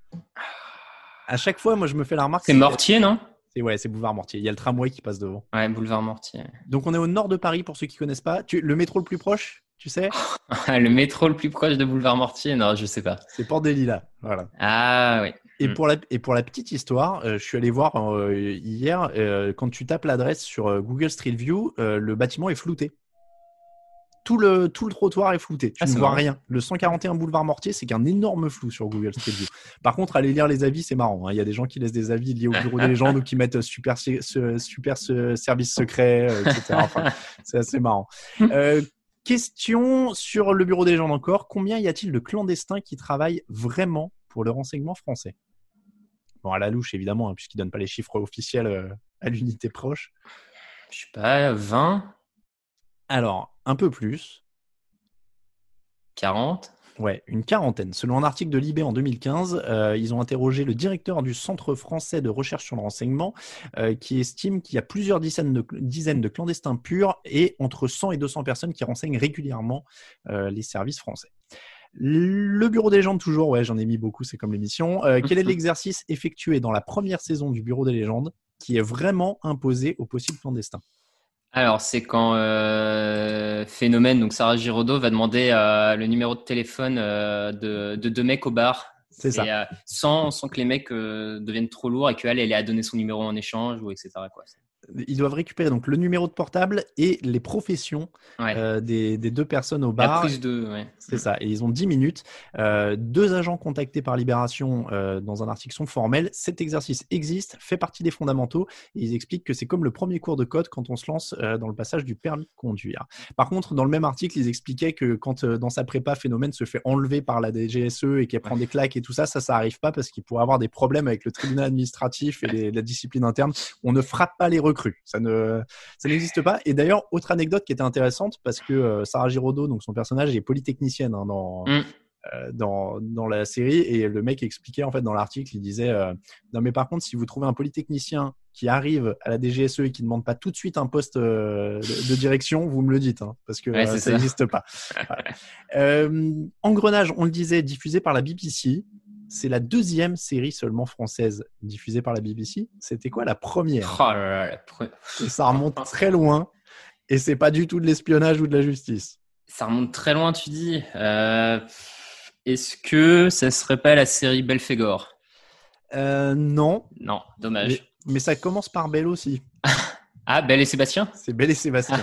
À chaque fois, moi, je me fais la remarque. C'est Mortier, non? C'est boulevard Mortier. Il y a le tramway qui passe devant. Ouais, boulevard Mortier. Donc, on est au nord de Paris, pour ceux qui connaissent pas. Le métro le plus proche, tu sais? Le métro le plus proche de boulevard Mortier? Non, je sais pas. C'est Porte des Lilas. Voilà. Ah oui. Et pour la petite histoire, je suis allé voir hier, quand tu tapes l'adresse sur Google Street View, le bâtiment est flouté. Tout le trottoir est flouté. Tu ne vois rien. Le 141 boulevard Mortier, c'est qu'un énorme flou sur Google Street View. Par contre, aller lire les avis, c'est marrant. Hein. Il y a des gens qui laissent des avis liés au Bureau des légendes ou qui mettent super service secret, etc. Enfin, c'est assez marrant. Question sur le Bureau des légendes encore. Combien y a-t-il de clandestins qui travaillent vraiment pour le renseignement français? Bon, à la louche, évidemment, hein, puisqu'ils ne donnent pas les chiffres officiels à l'unité proche. Je sais pas, 20? Alors, un peu plus. 40? Ouais, une quarantaine. Selon un article de Libé en 2015, ils ont interrogé le directeur du Centre français de recherche sur le renseignement, qui estime qu'il y a plusieurs dizaines de clandestins purs et entre 100 et 200 personnes qui renseignent régulièrement les services français. Le Bureau des légendes, toujours, ouais, j'en ai mis beaucoup, c'est comme l'émission. Quel est l'exercice effectué dans la première saison du Bureau des légendes qui est vraiment imposé aux possibles clandestins? Alors, c'est quand Phénomène, donc Sarah Giraudot, va demander le numéro de téléphone de deux mecs au bar. C'est ça. Sans que les mecs deviennent trop lourds et qu'elle ait à donner son numéro en échange, ou etc. Quoi. ils doivent récupérer donc le numéro de portable et les professions des deux personnes au bar. Plus de, ouais. C'est ça. Et ils ont 10 minutes. 2 agents contactés par Libération dans un article sont formels. Cet exercice existe, fait partie des fondamentaux. Et ils expliquent que c'est comme le premier cours de code quand on se lance dans le passage du permis de conduire. Par contre, dans le même article, ils expliquaient que quand dans sa prépa, Phénomène se fait enlever par la DGSE et qu'elle prend des claques et tout ça, ça arrive pas parce qu'il pourrait avoir des problèmes avec le tribunal administratif et la discipline interne. On ne frappe pas les recrues. Ça n'existe pas. Et d'ailleurs, autre anecdote qui était intéressante parce que Sarah Giraudot, donc son personnage, est polytechnicienne dans la série, et le mec expliquait en fait dans l'article, il disait non mais par contre si vous trouvez un polytechnicien qui arrive à la DGSE et qui ne demande pas tout de suite un poste de direction, vous me le dites parce que ça n'existe pas. Voilà. Engrenage, on le disait, diffusé par la BBC. C'est la 2e série seulement française diffusée par la BBC. C'était quoi la première? Ça remonte très loin et c'est pas du tout de l'espionnage ou de la justice. Ça remonte très loin, tu dis. Est-ce que ça serait pas la série Belphégor? Non. Non, dommage. Mais ça commence par Belle aussi. Ah, Belle et Sébastien? C'est Belle et Sébastien.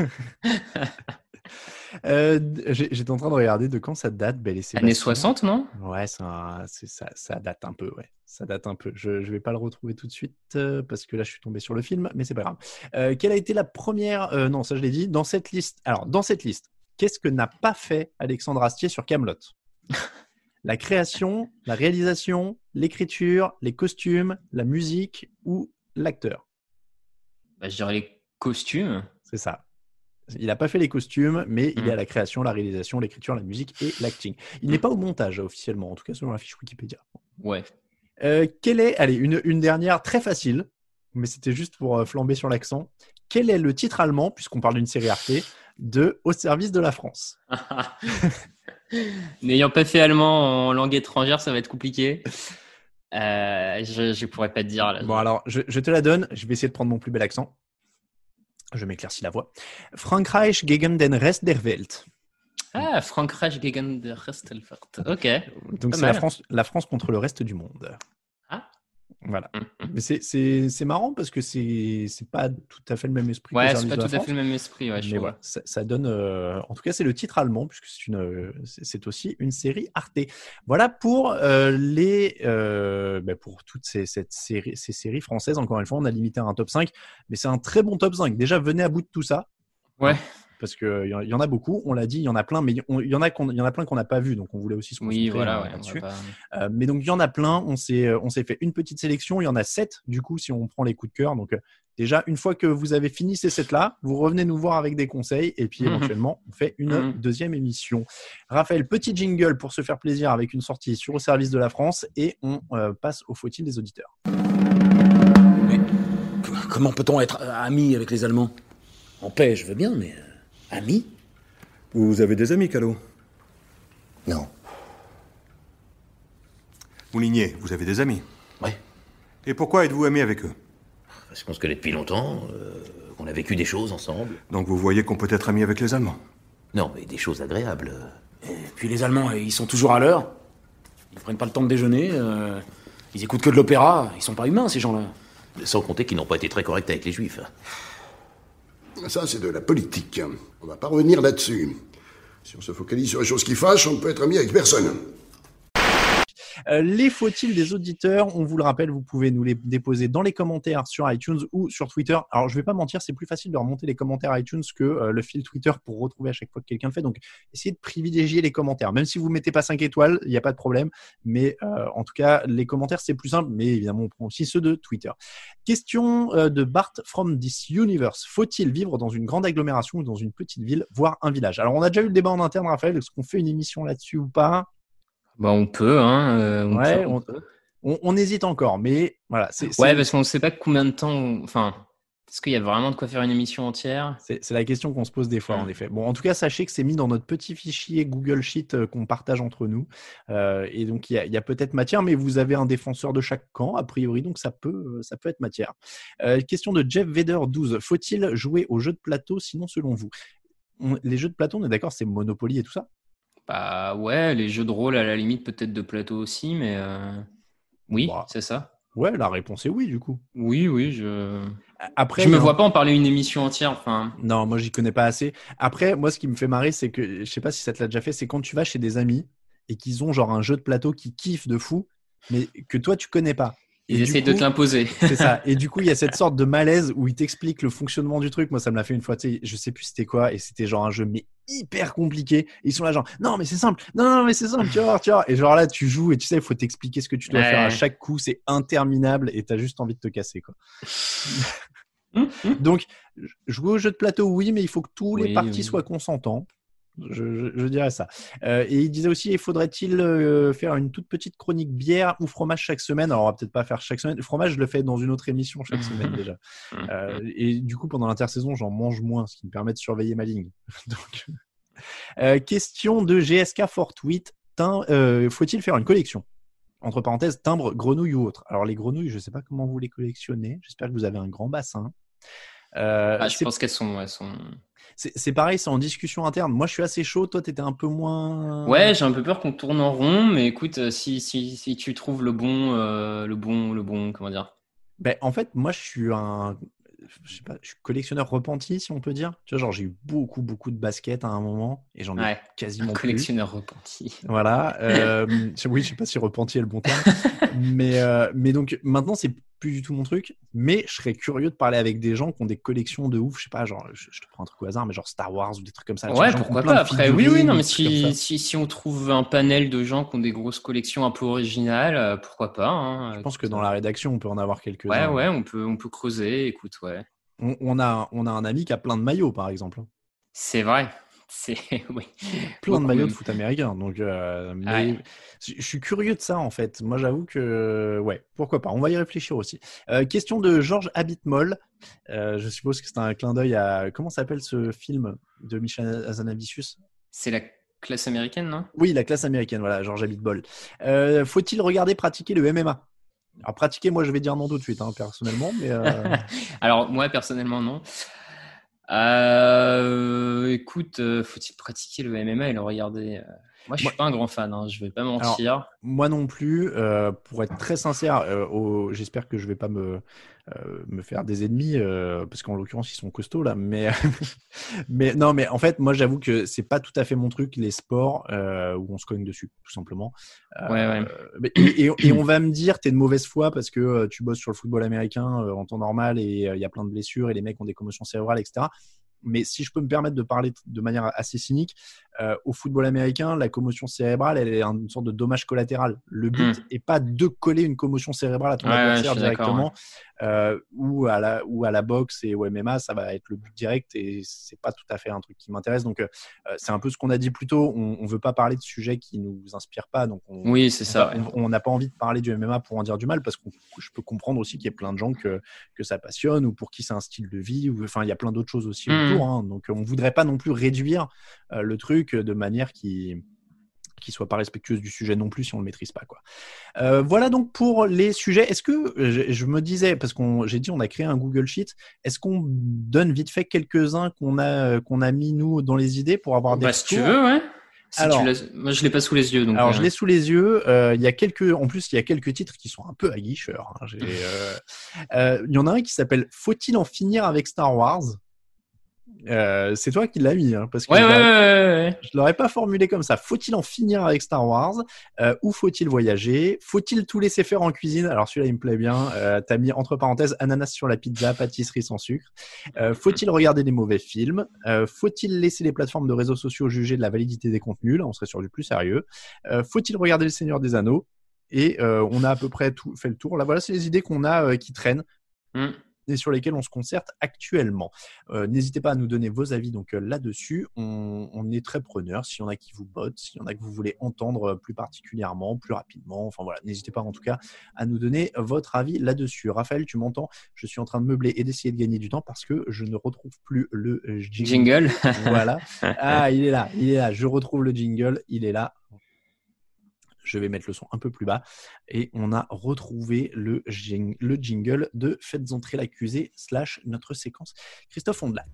J'étais en train de regarder de quand ça date, Belle et Sébastien. Années 60, non? Ouais, ça date un peu, ouais. Ça date un peu. Je vais pas le retrouver tout de suite parce que là, je suis tombé sur le film, mais c'est pas grave. Quelle a été la première... non, ça je l'ai dit. Dans cette liste, qu'est-ce que n'a pas fait Alexandre Astier sur Kaamelott? La création, la réalisation, l'écriture, les costumes, la musique ou l'acteur? Je dirais les costumes. C'est ça. Il n'a pas fait les costumes, mais il est à la création, la réalisation, l'écriture, la musique et l'acting. Il n'est pas au montage officiellement, en tout cas selon la fiche Wikipédia. Ouais. Allez, une dernière très facile, mais c'était juste pour flamber sur l'accent. Quel est le titre allemand, puisqu'on parle d'une série Arte, de Au service de la France? N'ayant pas fait allemand en langue étrangère, ça va être compliqué. Je pourrais pas te dire. Là. Bon, alors, je te la donne. Je vais essayer de prendre mon plus bel accent. Je m'éclaircis la voix. Frankreich gegen den Rest der Welt. Ah, Frankreich gegen den Rest der Welt. Ok. Donc, c'est la France contre le reste du monde. Ah. Voilà. Mais c'est marrant parce que c'est pas tout à fait le même esprit. Ouais, c'est pas tout à fait le même esprit. Ouais, mais voilà, ça donne. En tout cas, c'est le titre allemand puisque c'est aussi une série Arte. Voilà pour pour toutes ces séries françaises. Encore une fois, on a limité à un top 5, mais c'est un très bon top 5. Déjà, venez à bout de tout ça. Ouais. Parce qu'il y en a beaucoup, on l'a dit, il y en a plein, mais il y en a plein qu'on n'a pas vu, donc on voulait aussi se concentrer là-dessus. Mais donc il y en a plein, on s'est fait une petite sélection, il y en a 7 du coup si on prend les coups de cœur. Donc déjà, une fois que vous avez fini ces 7-là, vous revenez nous voir avec des conseils et puis éventuellement on fait une deuxième émission. Raphaël, petit jingle pour se faire plaisir avec une sortie sur Au service de la France et on passe au faut-il des auditeurs. Mais comment peut-on être ami avec les Allemands? En paix, je veux bien, mais... Amis? Vous avez des amis, Callot? Non. Moulinier, vous avez des amis? Ouais. Et pourquoi êtes-vous ami avec eux? Parce qu'on se connaît depuis longtemps, qu'on a vécu des choses ensemble. Donc vous voyez qu'on peut être ami avec les Allemands? Non, mais des choses agréables. Et puis les Allemands, ils sont toujours à l'heure. Ils prennent pas le temps de déjeuner. Ils écoutent que de l'opéra. Ils sont pas humains, ces gens-là. Sans compter qu'ils n'ont pas été très corrects avec les Juifs. Ça, c'est de la politique. On va pas revenir là-dessus. Si on se focalise sur les choses qui fâchent, on ne peut être ami avec personne. Les faut-il des auditeurs, on vous le rappelle, vous pouvez nous les déposer dans les commentaires sur iTunes ou sur Twitter. Alors, je vais pas mentir, c'est plus facile de remonter les commentaires iTunes que le fil Twitter pour retrouver à chaque fois que quelqu'un le fait. Donc, essayez de privilégier les commentaires. Même si vous mettez pas 5 étoiles, il n'y a pas de problème. Mais en tout cas, les commentaires, c'est plus simple. Mais évidemment, on prend aussi ceux de Twitter. Question de Bart from this universe. Faut-il vivre dans une grande agglomération ou dans une petite ville, voire un village? Alors, on a déjà eu le débat en interne, Raphaël. Est-ce qu'on fait une émission là-dessus ou pas? On peut, hein. On hésite encore, mais voilà. Ouais, parce qu'on ne sait pas combien de temps. Enfin, est-ce qu'il y a vraiment de quoi faire une émission entière? C'est la question qu'on se pose des fois, en effet. Bon, en tout cas, sachez que c'est mis dans notre petit fichier Google Sheet qu'on partage entre nous. Et donc, il y a peut-être matière, mais vous avez un défenseur de chaque camp, a priori, donc ça peut être matière. Question de Jeff Vader 12. Faut-il jouer aux jeux de plateau, sinon, selon vous? Les jeux de plateau, on est d'accord, c'est Monopoly et tout ça? Bah ouais, les jeux de rôle à la limite peut-être de plateau aussi, mais oui, c'est ça. Ouais, la réponse est oui, du coup. Oui, je Après, me vois pas en parler une émission entière. Enfin, non, moi, j'y connais pas assez. Après, moi, ce qui me fait marrer, c'est que, je sais pas si ça te l'a déjà fait, c'est quand tu vas chez des amis et qu'ils ont genre un jeu de plateau qui kiffe de fou, mais que toi, tu connais pas. ils Et du essayent de coup, te l'imposer. c'est ça. Et du coup, il y a cette sorte de malaise où ils t'expliquent le fonctionnement du truc. Moi, ça me l'a fait une fois, tu sais, je sais plus c'était quoi, et c'était genre un jeu, mais hyper compliqué. Et ils sont là, genre, non, mais c'est simple. Non, mais c'est simple, tu vas voir, tu vois. Et genre là, tu joues et tu sais, il faut t'expliquer ce que tu dois faire à chaque coup. C'est interminable et t'as juste envie de te casser, quoi. Donc, jouer au jeu de plateau, oui, mais il faut que tous les parties soient consentants. Je dirais ça. Et il disait aussi, faudrait-il faire une toute petite chronique bière ou fromage chaque semaine? Alors, on va peut-être pas faire chaque semaine. Le fromage, je le fais dans une autre émission chaque semaine déjà. Et du coup, pendant l'intersaison, j'en mange moins, ce qui me permet de surveiller ma ligne. Donc, question de GSK Fortweet. Faut-il faire une collection? Entre parenthèses, timbre, grenouilles ou autre. Alors, les grenouilles, je sais pas comment vous les collectionnez. J'espère que vous avez un grand bassin. Je pense qu'elles sont. C'est pareil, c'est en discussion interne. Moi, je suis assez chaud. Toi, t'étais un peu moins. Ouais, j'ai un peu peur qu'on tourne en rond, mais écoute, si tu trouves le bon, comment dire. Ben, en fait, moi, je suis collectionneur repenti, si on peut dire. Tu vois, genre, j'ai eu beaucoup de baskets à un moment et j'en ai quasiment un collectionneur repenti. Voilà. Oui, je sais pas si repenti est le bon terme. mais donc, maintenant, c'est plus du tout mon truc. Mais je serais curieux de parler avec des gens qui ont des collections de ouf. Je sais pas, genre, je te prends un truc au hasard, mais genre Star Wars ou des trucs comme ça. Ouais, pourquoi pas. Après, oui, non, mais si on trouve un panel de gens qui ont des grosses collections un peu originales, pourquoi pas. Hein, je pense que dans la rédaction, on peut en avoir quelques-uns. Ouais, on peut creuser. Écoute, ouais. On a un ami qui a plein de maillots, par exemple. C'est vrai. Oui. Plein de maillots de foot américain. Donc, mais je suis curieux de ça, en fait. Moi, j'avoue que, ouais, pourquoi pas. On va y réfléchir aussi. Question de Georges Habitmol. Je suppose que c'est un clin d'œil à, comment s'appelle ce film de Michel Hazanavicius? C'est la classe américaine, non? Oui, la classe américaine, voilà, Georges Habitmol. Faut-il regarder pratiquer le MMA? Alors, pratiquer, moi, je vais dire non tout de suite, hein, personnellement. Mais Alors, moi, personnellement, non. Écoute, faut-il pratiquer le MMA et le regarder? Moi, je suis pas un grand fan, hein, je vais pas mentir. Alors, moi non plus. Pour être très sincère, j'espère que je vais pas me faire des ennemis, parce qu'en l'occurrence, ils sont costauds là. Mais non, mais en fait, moi, j'avoue que c'est pas tout à fait mon truc, les sports où on se cogne dessus, tout simplement. Ouais. Et on va me dire, t'es de mauvaise foi parce que tu bosses sur le football américain en temps normal et il y a plein de blessures et les mecs ont des commotions cérébrales, etc. Mais si je peux me permettre de parler de manière assez cynique, au football américain, la commotion cérébrale, elle est une sorte de dommage collatéral. Le but est pas de coller une commotion cérébrale à ton adversaire directement, ou à la boxe et au MMA, ça va être le but direct et c'est pas tout à fait un truc qui m'intéresse. Donc, c'est un peu ce qu'on a dit plus tôt. On veut pas parler de sujets qui nous inspirent pas. Donc, oui, c'est ça. On n'a pas envie de parler du MMA pour en dire du mal parce que je peux comprendre aussi qu'il y a plein de gens que ça passionne ou pour qui c'est un style de vie. Enfin, il y a plein d'autres choses aussi autour. Hein. Donc, on voudrait pas non plus réduire le truc de manière qui soit pas respectueuse du sujet non plus si on le maîtrise pas, quoi. Voilà donc pour les sujets. Est-ce que je me disais, parce j'ai dit on a créé un Google Sheet, est-ce qu'on donne vite fait quelques-uns qu'on a mis nous dans les idées pour avoir des si tu veux, ouais. Alors, moi je l'ai pas sous les yeux, donc. Alors je l'ai sous les yeux. Il y a quelques titres qui sont un peu aguicheurs. Hein. Il y en a un qui s'appelle Faut-il en finir avec Star Wars? C'est toi qui l'as mis, hein, parce que je l'aurais pas formulé comme ça. Faut-il en finir avec Star Wars, ou faut-il voyager? Faut-il tout laisser faire en cuisine? Alors celui-là il me plaît bien. T'as mis entre parenthèses ananas sur la pizza, pâtisserie sans sucre. Faut-il regarder des mauvais films? Faut-il laisser les plateformes de réseaux sociaux juger de la validité des contenus? Là on serait sur du plus sérieux. Faut-il regarder Le Seigneur des Anneaux? Et on a à peu près fait le tour. Là voilà, c'est les idées qu'on a qui traînent. Et sur lesquels on se concerte actuellement. N'hésitez pas à nous donner vos avis donc là-dessus. On est très preneurs. S'il y en a qui vous bottent, s'il y en a que vous voulez entendre plus particulièrement, plus rapidement, enfin voilà, n'hésitez pas en tout cas à nous donner votre avis là-dessus. Raphaël, tu m'entends? Je suis en train de meubler et d'essayer de gagner du temps parce que je ne retrouve plus le jingle. Voilà. Ah, il est là. Je retrouve le jingle. Il est là. Je vais mettre le son un peu plus bas et on a retrouvé le jingle de Faites entrer l'accusé / notre séquence Christophe Ondelat.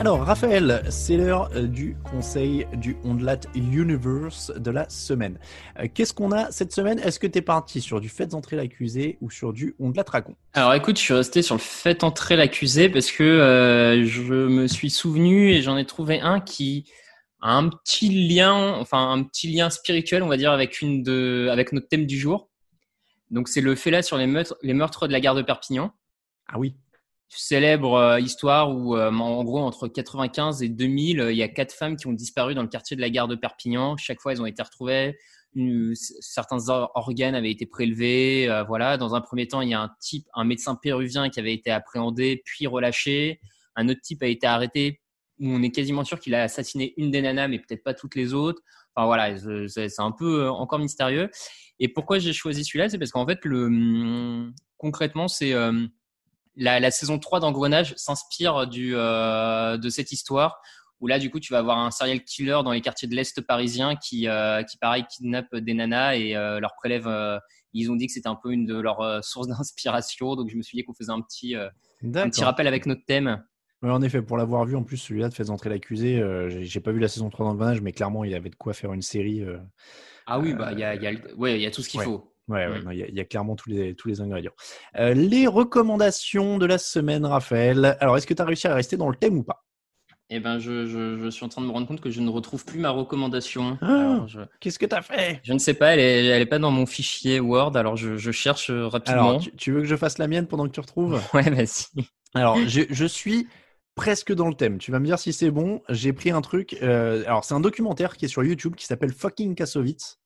Alors, Raphaël, c'est l'heure du conseil du Ondelat Universe de la semaine. Qu'est-ce qu'on a cette semaine? Est-ce que tu es parti sur du Faites entrer l'accusé ou sur du Ondelat raconte? Alors écoute, je suis resté sur le Faites entrer l'accusé parce que je me suis souvenu et j'en ai trouvé un qui a un petit lien spirituel, on va dire, avec notre thème du jour. Donc c'est le fait là sur les meurtres de la gare de Perpignan. Ah oui. Célèbre histoire où, en gros, entre 95 et 2000, il y a 4 femmes qui ont disparu dans le quartier de la gare de Perpignan. Chaque fois, elles ont été retrouvées. Certains organes avaient été prélevés. Voilà. Dans un premier temps, il y a un médecin péruvien qui avait été appréhendé, puis relâché. Un autre type a été arrêté où on est quasiment sûr qu'il a assassiné une des nanas, mais peut-être pas toutes les autres. Enfin voilà, c'est un peu encore mystérieux. Et pourquoi j'ai choisi celui-là, c'est parce qu'en fait, concrètement, c'est la saison 3 d'Engrenage s'inspire de cette histoire où là, du coup, tu vas avoir un serial killer dans les quartiers de l'Est parisien qui pareil, kidnappe des nanas et leur prélève. Ils ont dit que c'était un peu une de leurs sources d'inspiration. Donc, je me suis dit qu'on faisait un petit rappel avec notre thème. Ouais, en effet, pour l'avoir vu, en plus, celui-là de Faites entrer l'accusé, j'ai pas vu la saison 3 d'Engrenage, mais clairement, il y avait de quoi faire une série. Ah oui, il y a tout ce qu'il faut. Ouais, il y a clairement tous les ingrédients. Les recommandations de la semaine, Raphaël. Alors, est-ce que tu as réussi à rester dans le thème ou pas? Eh ben, je suis en train de me rendre compte que je ne retrouve plus ma recommandation. Qu'est-ce que tu as fait? Je ne sais pas, elle est pas dans mon fichier Word, alors je cherche rapidement. Alors, tu veux que je fasse la mienne pendant que tu retrouves? Ouais, vas-y. Alors, je suis presque dans le thème. Tu vas me dire si c'est bon. J'ai pris un truc. Alors, c'est un documentaire qui est sur YouTube qui s'appelle Fucking Kassovitz.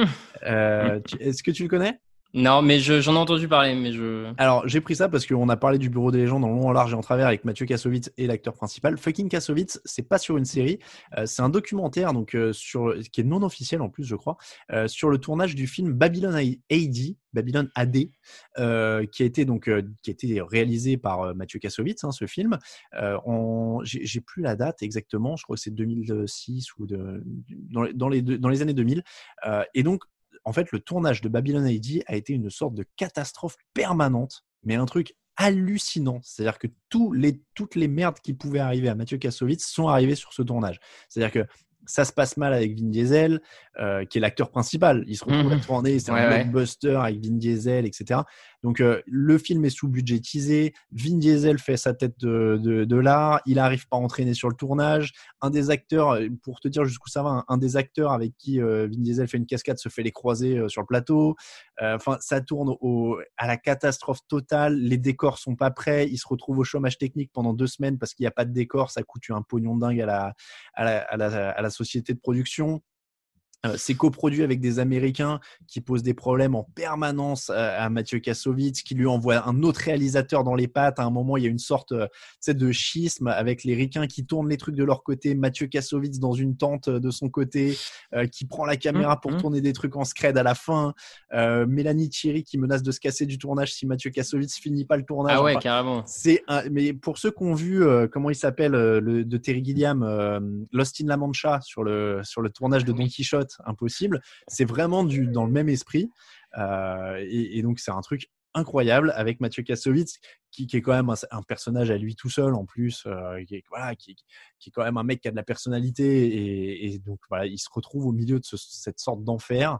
Est-ce que tu le connais? Non, mais j'en ai entendu parler, Alors, j'ai pris ça parce qu'on a parlé du Bureau des légendes en long, en large et en travers avec Mathieu Kassovitz et l'acteur principal. Fucking Kassovitz, c'est pas sur une série, c'est un documentaire donc qui est non officiel en plus, je crois, sur le tournage du film Babylon AD, qui a été réalisé par Mathieu Kassovitz, hein, ce film. J'ai plus la date exactement, je crois que c'est 2006 ou dans les années 2000. Et donc, en fait, le tournage de Babylon AD a été une sorte de catastrophe permanente, mais un truc hallucinant. C'est-à-dire que toutes les merdes qui pouvaient arriver à Mathieu Kassovitz sont arrivées sur ce tournage. C'est-à-dire que ça se passe mal avec Vin Diesel, qui est l'acteur principal. Il se retrouve à tourner, c'est un blockbuster avec Vin Diesel, etc. Donc, le film est sous-budgétisé. Vin Diesel fait sa tête de l'art. Il n'arrive pas à entraîner sur le tournage. Un des acteurs, pour te dire jusqu'où ça va, un des acteurs avec qui Vin Diesel fait une cascade se fait les croiser sur le plateau. Enfin, ça tourne à la catastrophe totale. Les décors sont pas prêts. Il se retrouve au chômage technique pendant 2 semaines parce qu'il n'y a pas de décor. Ça coûte un pognon dingue à la société de production. C'est coproduit avec des Américains qui posent des problèmes en permanence à Mathieu Kassovitz, qui lui envoie un autre réalisateur dans les pattes. À un moment, il y a une sorte de schisme avec les Ricains qui tournent les trucs de leur côté. Mathieu Kassovitz dans une tente de son côté, qui prend la caméra pour tourner des trucs en scred à la fin. Mélanie Thierry qui menace de se casser du tournage si Mathieu Kassovitz finit pas le tournage. Ah ouais, carrément. Mais pour ceux qui ont vu, comment il s'appelle, de Terry Gilliam, Lost in La Mancha sur le tournage de Don Quichotte, impossible, c'est vraiment dans le même esprit, et donc c'est un truc incroyable avec Mathieu Kassovitz qui est quand même un personnage à lui tout seul en plus, qui est quand même un mec qui a de la personnalité, et donc voilà, il se retrouve au milieu de cette sorte d'enfer.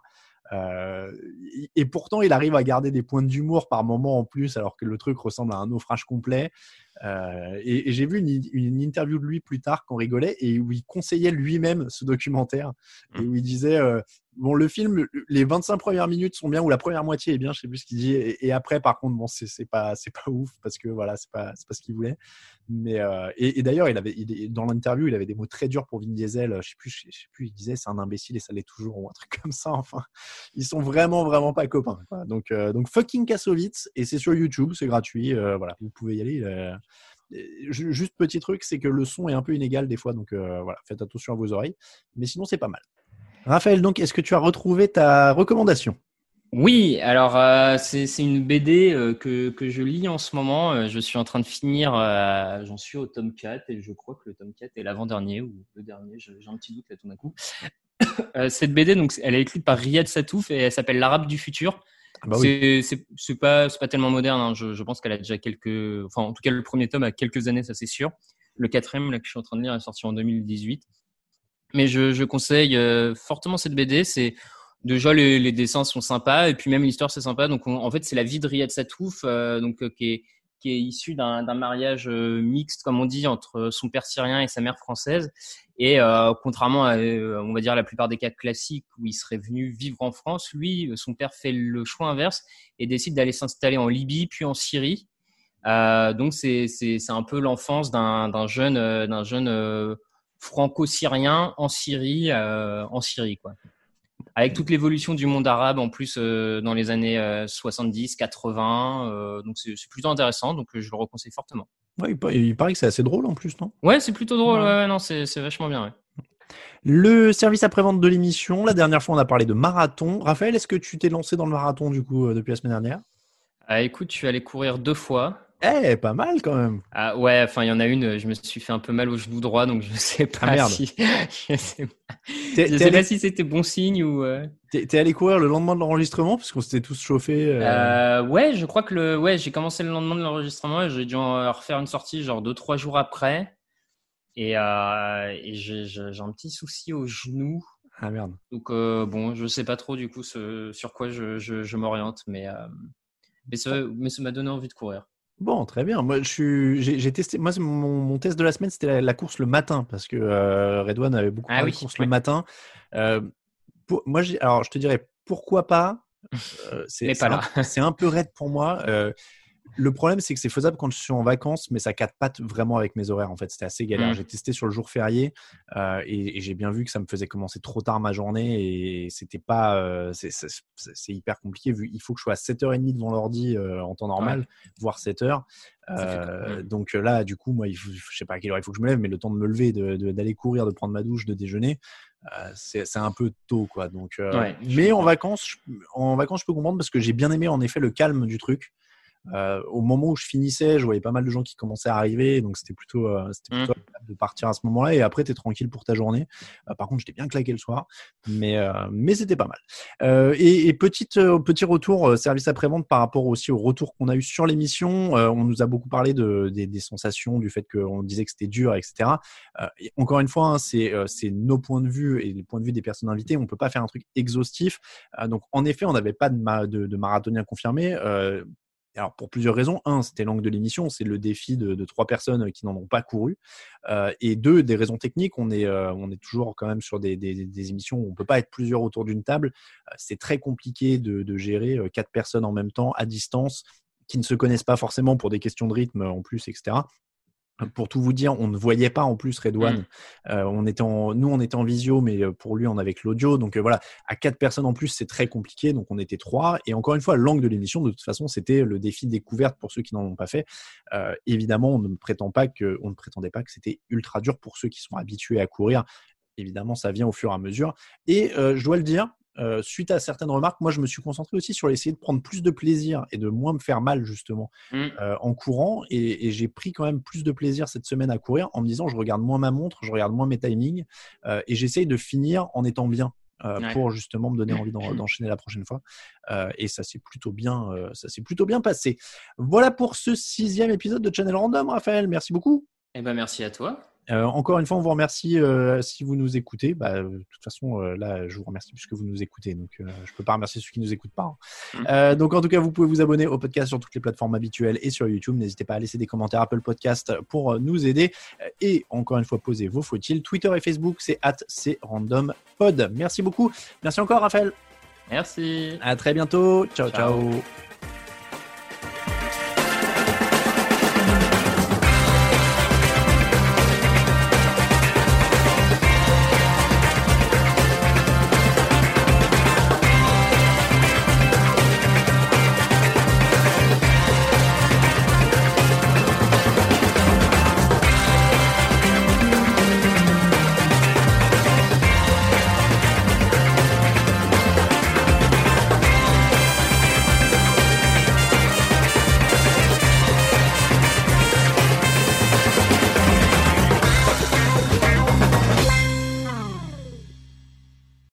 Et pourtant il arrive à garder des points d'humour par moment en plus, alors que le truc ressemble à un naufrage complet. Et j'ai vu une interview de lui plus tard qu'on rigolait, et où il conseillait lui-même ce documentaire, et où il disait bon, le film, les 25 premières minutes sont bien, ou la première moitié est bien, je sais plus ce qu'il dit, et après par contre bon, c'est pas ouf, parce que voilà, c'est pas ce qu'il voulait. Mais et d'ailleurs dans l'interview il avait des mots très durs pour Vin Diesel. Je sais plus, il disait c'est un imbécile et ça l'est toujours, ou un truc comme ça. Enfin, ils sont vraiment pas copains, quoi. Donc Fucking Kassovitz, et c'est sur YouTube, c'est gratuit, voilà, vous pouvez y aller. Juste petit truc, c'est que le son est un peu inégal des fois, donc voilà, faites attention à vos oreilles, mais sinon c'est pas mal. Raphaël, donc est-ce que tu as retrouvé ta recommandation? Oui, alors c'est une BD que je lis en ce moment. Je suis en train de finir, j'en suis au tome 4, et je crois que le tome 4 est l'avant-dernier ou le dernier, j'ai un petit doute là tout d'un coup. Cette BD, donc, elle est écrite par Riyad Satouf et elle s'appelle L'Arabe du futur. Ah bah oui. C'est pas tellement moderne, hein. Je pense qu'elle a déjà en tout cas le premier tome a quelques années, ça c'est sûr. Le 4e là que je suis en train de lire est sorti en 2018. Mais je conseille fortement cette BD. C'est déjà les dessins sont sympas et puis même l'histoire c'est sympa. Donc en fait c'est la vie de Riyad Sattouf, qui est issu d'un mariage mixte comme on dit entre son père syrien et sa mère française. Et contrairement à on va dire la plupart des cas classiques où il serait venu vivre en France, lui son père fait le choix inverse et décide d'aller s'installer en Libye puis en Syrie. Donc c'est un peu l'enfance d'un jeune franco-syrien en Syrie quoi. Avec toute l'évolution du monde arabe en plus dans les années 70, 80, donc c'est plutôt intéressant, donc je le reconseille fortement. Ouais, il paraît que c'est assez drôle en plus, non? Ouais, c'est plutôt drôle, ouais, non, c'est vachement bien, ouais. Le service après-vente de l'émission, la dernière fois on a parlé de marathon. Raphaël, est-ce que tu t'es lancé dans le marathon du coup depuis la semaine dernière? Écoute, je suis allé courir 2 fois. Pas mal quand même. Ouais, enfin il y en a une, je me suis fait un peu mal au genou droit, donc je sais pas si je sais pas si c'était bon signe ou. T'es allé courir le lendemain de l'enregistrement parce qu'on s'était tous chauffés. Ouais, je crois que j'ai commencé le lendemain de l'enregistrement et j'ai dû en refaire une sortie genre 2-3 jours après et j'ai un petit souci au genou. Ah merde. Donc bon, je sais pas trop du coup sur quoi je m'oriente, mais ça m'a donné envie de courir. Bon, très bien. Moi, j'ai testé. Moi, mon test de la semaine, c'était la course le matin parce que Redouane avait beaucoup parlé de course le matin. Alors, je te dirais pourquoi pas. Mais pas là. C'est un peu raide pour moi. Le problème, c'est que c'est faisable quand je suis en vacances, mais ça cadre pas vraiment avec mes horaires. En fait, c'était assez galère. J'ai testé sur le jour férié et j'ai bien vu que ça me faisait commencer trop tard ma journée et c'était pas. C'est hyper compliqué. Il faut que je sois à 7h30 devant l'ordi en temps normal, voire 7h. Donc là, du coup, moi, je sais pas à quelle heure il faut que je me lève, mais le temps de me lever, d'aller courir, de prendre ma douche, de déjeuner, c'est un peu tôt, quoi. Donc, mais en vacances, je peux comprendre parce que j'ai bien aimé en effet le calme du truc. Au moment où je finissais, je voyais pas mal de gens qui commençaient à arriver, donc c'était plutôt agréable de partir à ce moment-là. Et après, t'es tranquille pour ta journée. Par contre, j'étais bien claqué le soir, mais c'était pas mal. Et petit retour service après-vente par rapport aussi au retour qu'on a eu sur l'émission. On nous a beaucoup parlé des sensations, du fait qu'on disait que c'était dur, etc. Et encore une fois, c'est nos points de vue et les points de vue des personnes invitées. On peut pas faire un truc exhaustif. Donc, en effet, on n'avait pas de marathonien confirmé. Alors, pour plusieurs raisons. 1, c'était l'angle de l'émission, c'est le défi de 3 personnes qui n'en ont pas couru. Et 2, des raisons techniques, on est toujours quand même sur des émissions où on peut pas être plusieurs autour d'une table. C'est très compliqué de gérer 4 personnes en même temps à distance qui ne se connaissent pas forcément pour des questions de rythme en plus, etc. Pour tout vous dire, on ne voyait pas en plus Redouane. On était en visio, mais pour lui, on avait que l'audio. Donc voilà, à 4 personnes en plus, c'est très compliqué. Donc on était 3. Et encore une fois, l'angle de l'émission, de toute façon, c'était le défi découverte pour ceux qui n'en ont pas fait. Évidemment, on ne prétendait pas que c'était ultra dur pour ceux qui sont habitués à courir. Évidemment, ça vient au fur et à mesure. Et je dois le dire, suite à certaines remarques, moi je me suis concentré aussi sur essayer de prendre plus de plaisir et de moins me faire mal justement en courant et j'ai pris quand même plus de plaisir cette semaine à courir en me disant je regarde moins ma montre, je regarde moins mes timings et j'essaye de finir en étant bien pour justement me donner envie d'enchaîner la prochaine fois et ça s'est plutôt bien passé. Voilà pour ce 6e épisode de Channel Random. Raphaël, merci beaucoup. Merci à toi. Encore une fois, on vous remercie si vous nous écoutez. De toute façon, là, je vous remercie puisque vous nous écoutez. Donc, je peux pas remercier ceux qui nous écoutent pas. Donc, en tout cas, vous pouvez vous abonner au podcast sur toutes les plateformes habituelles et sur YouTube. N'hésitez pas à laisser des commentaires Apple Podcast pour nous aider. Et encore une fois, posez vos faut-il. Twitter et Facebook, c'est @crandompod. Merci beaucoup. Merci encore, Raphaël. Merci. À très bientôt. Ciao.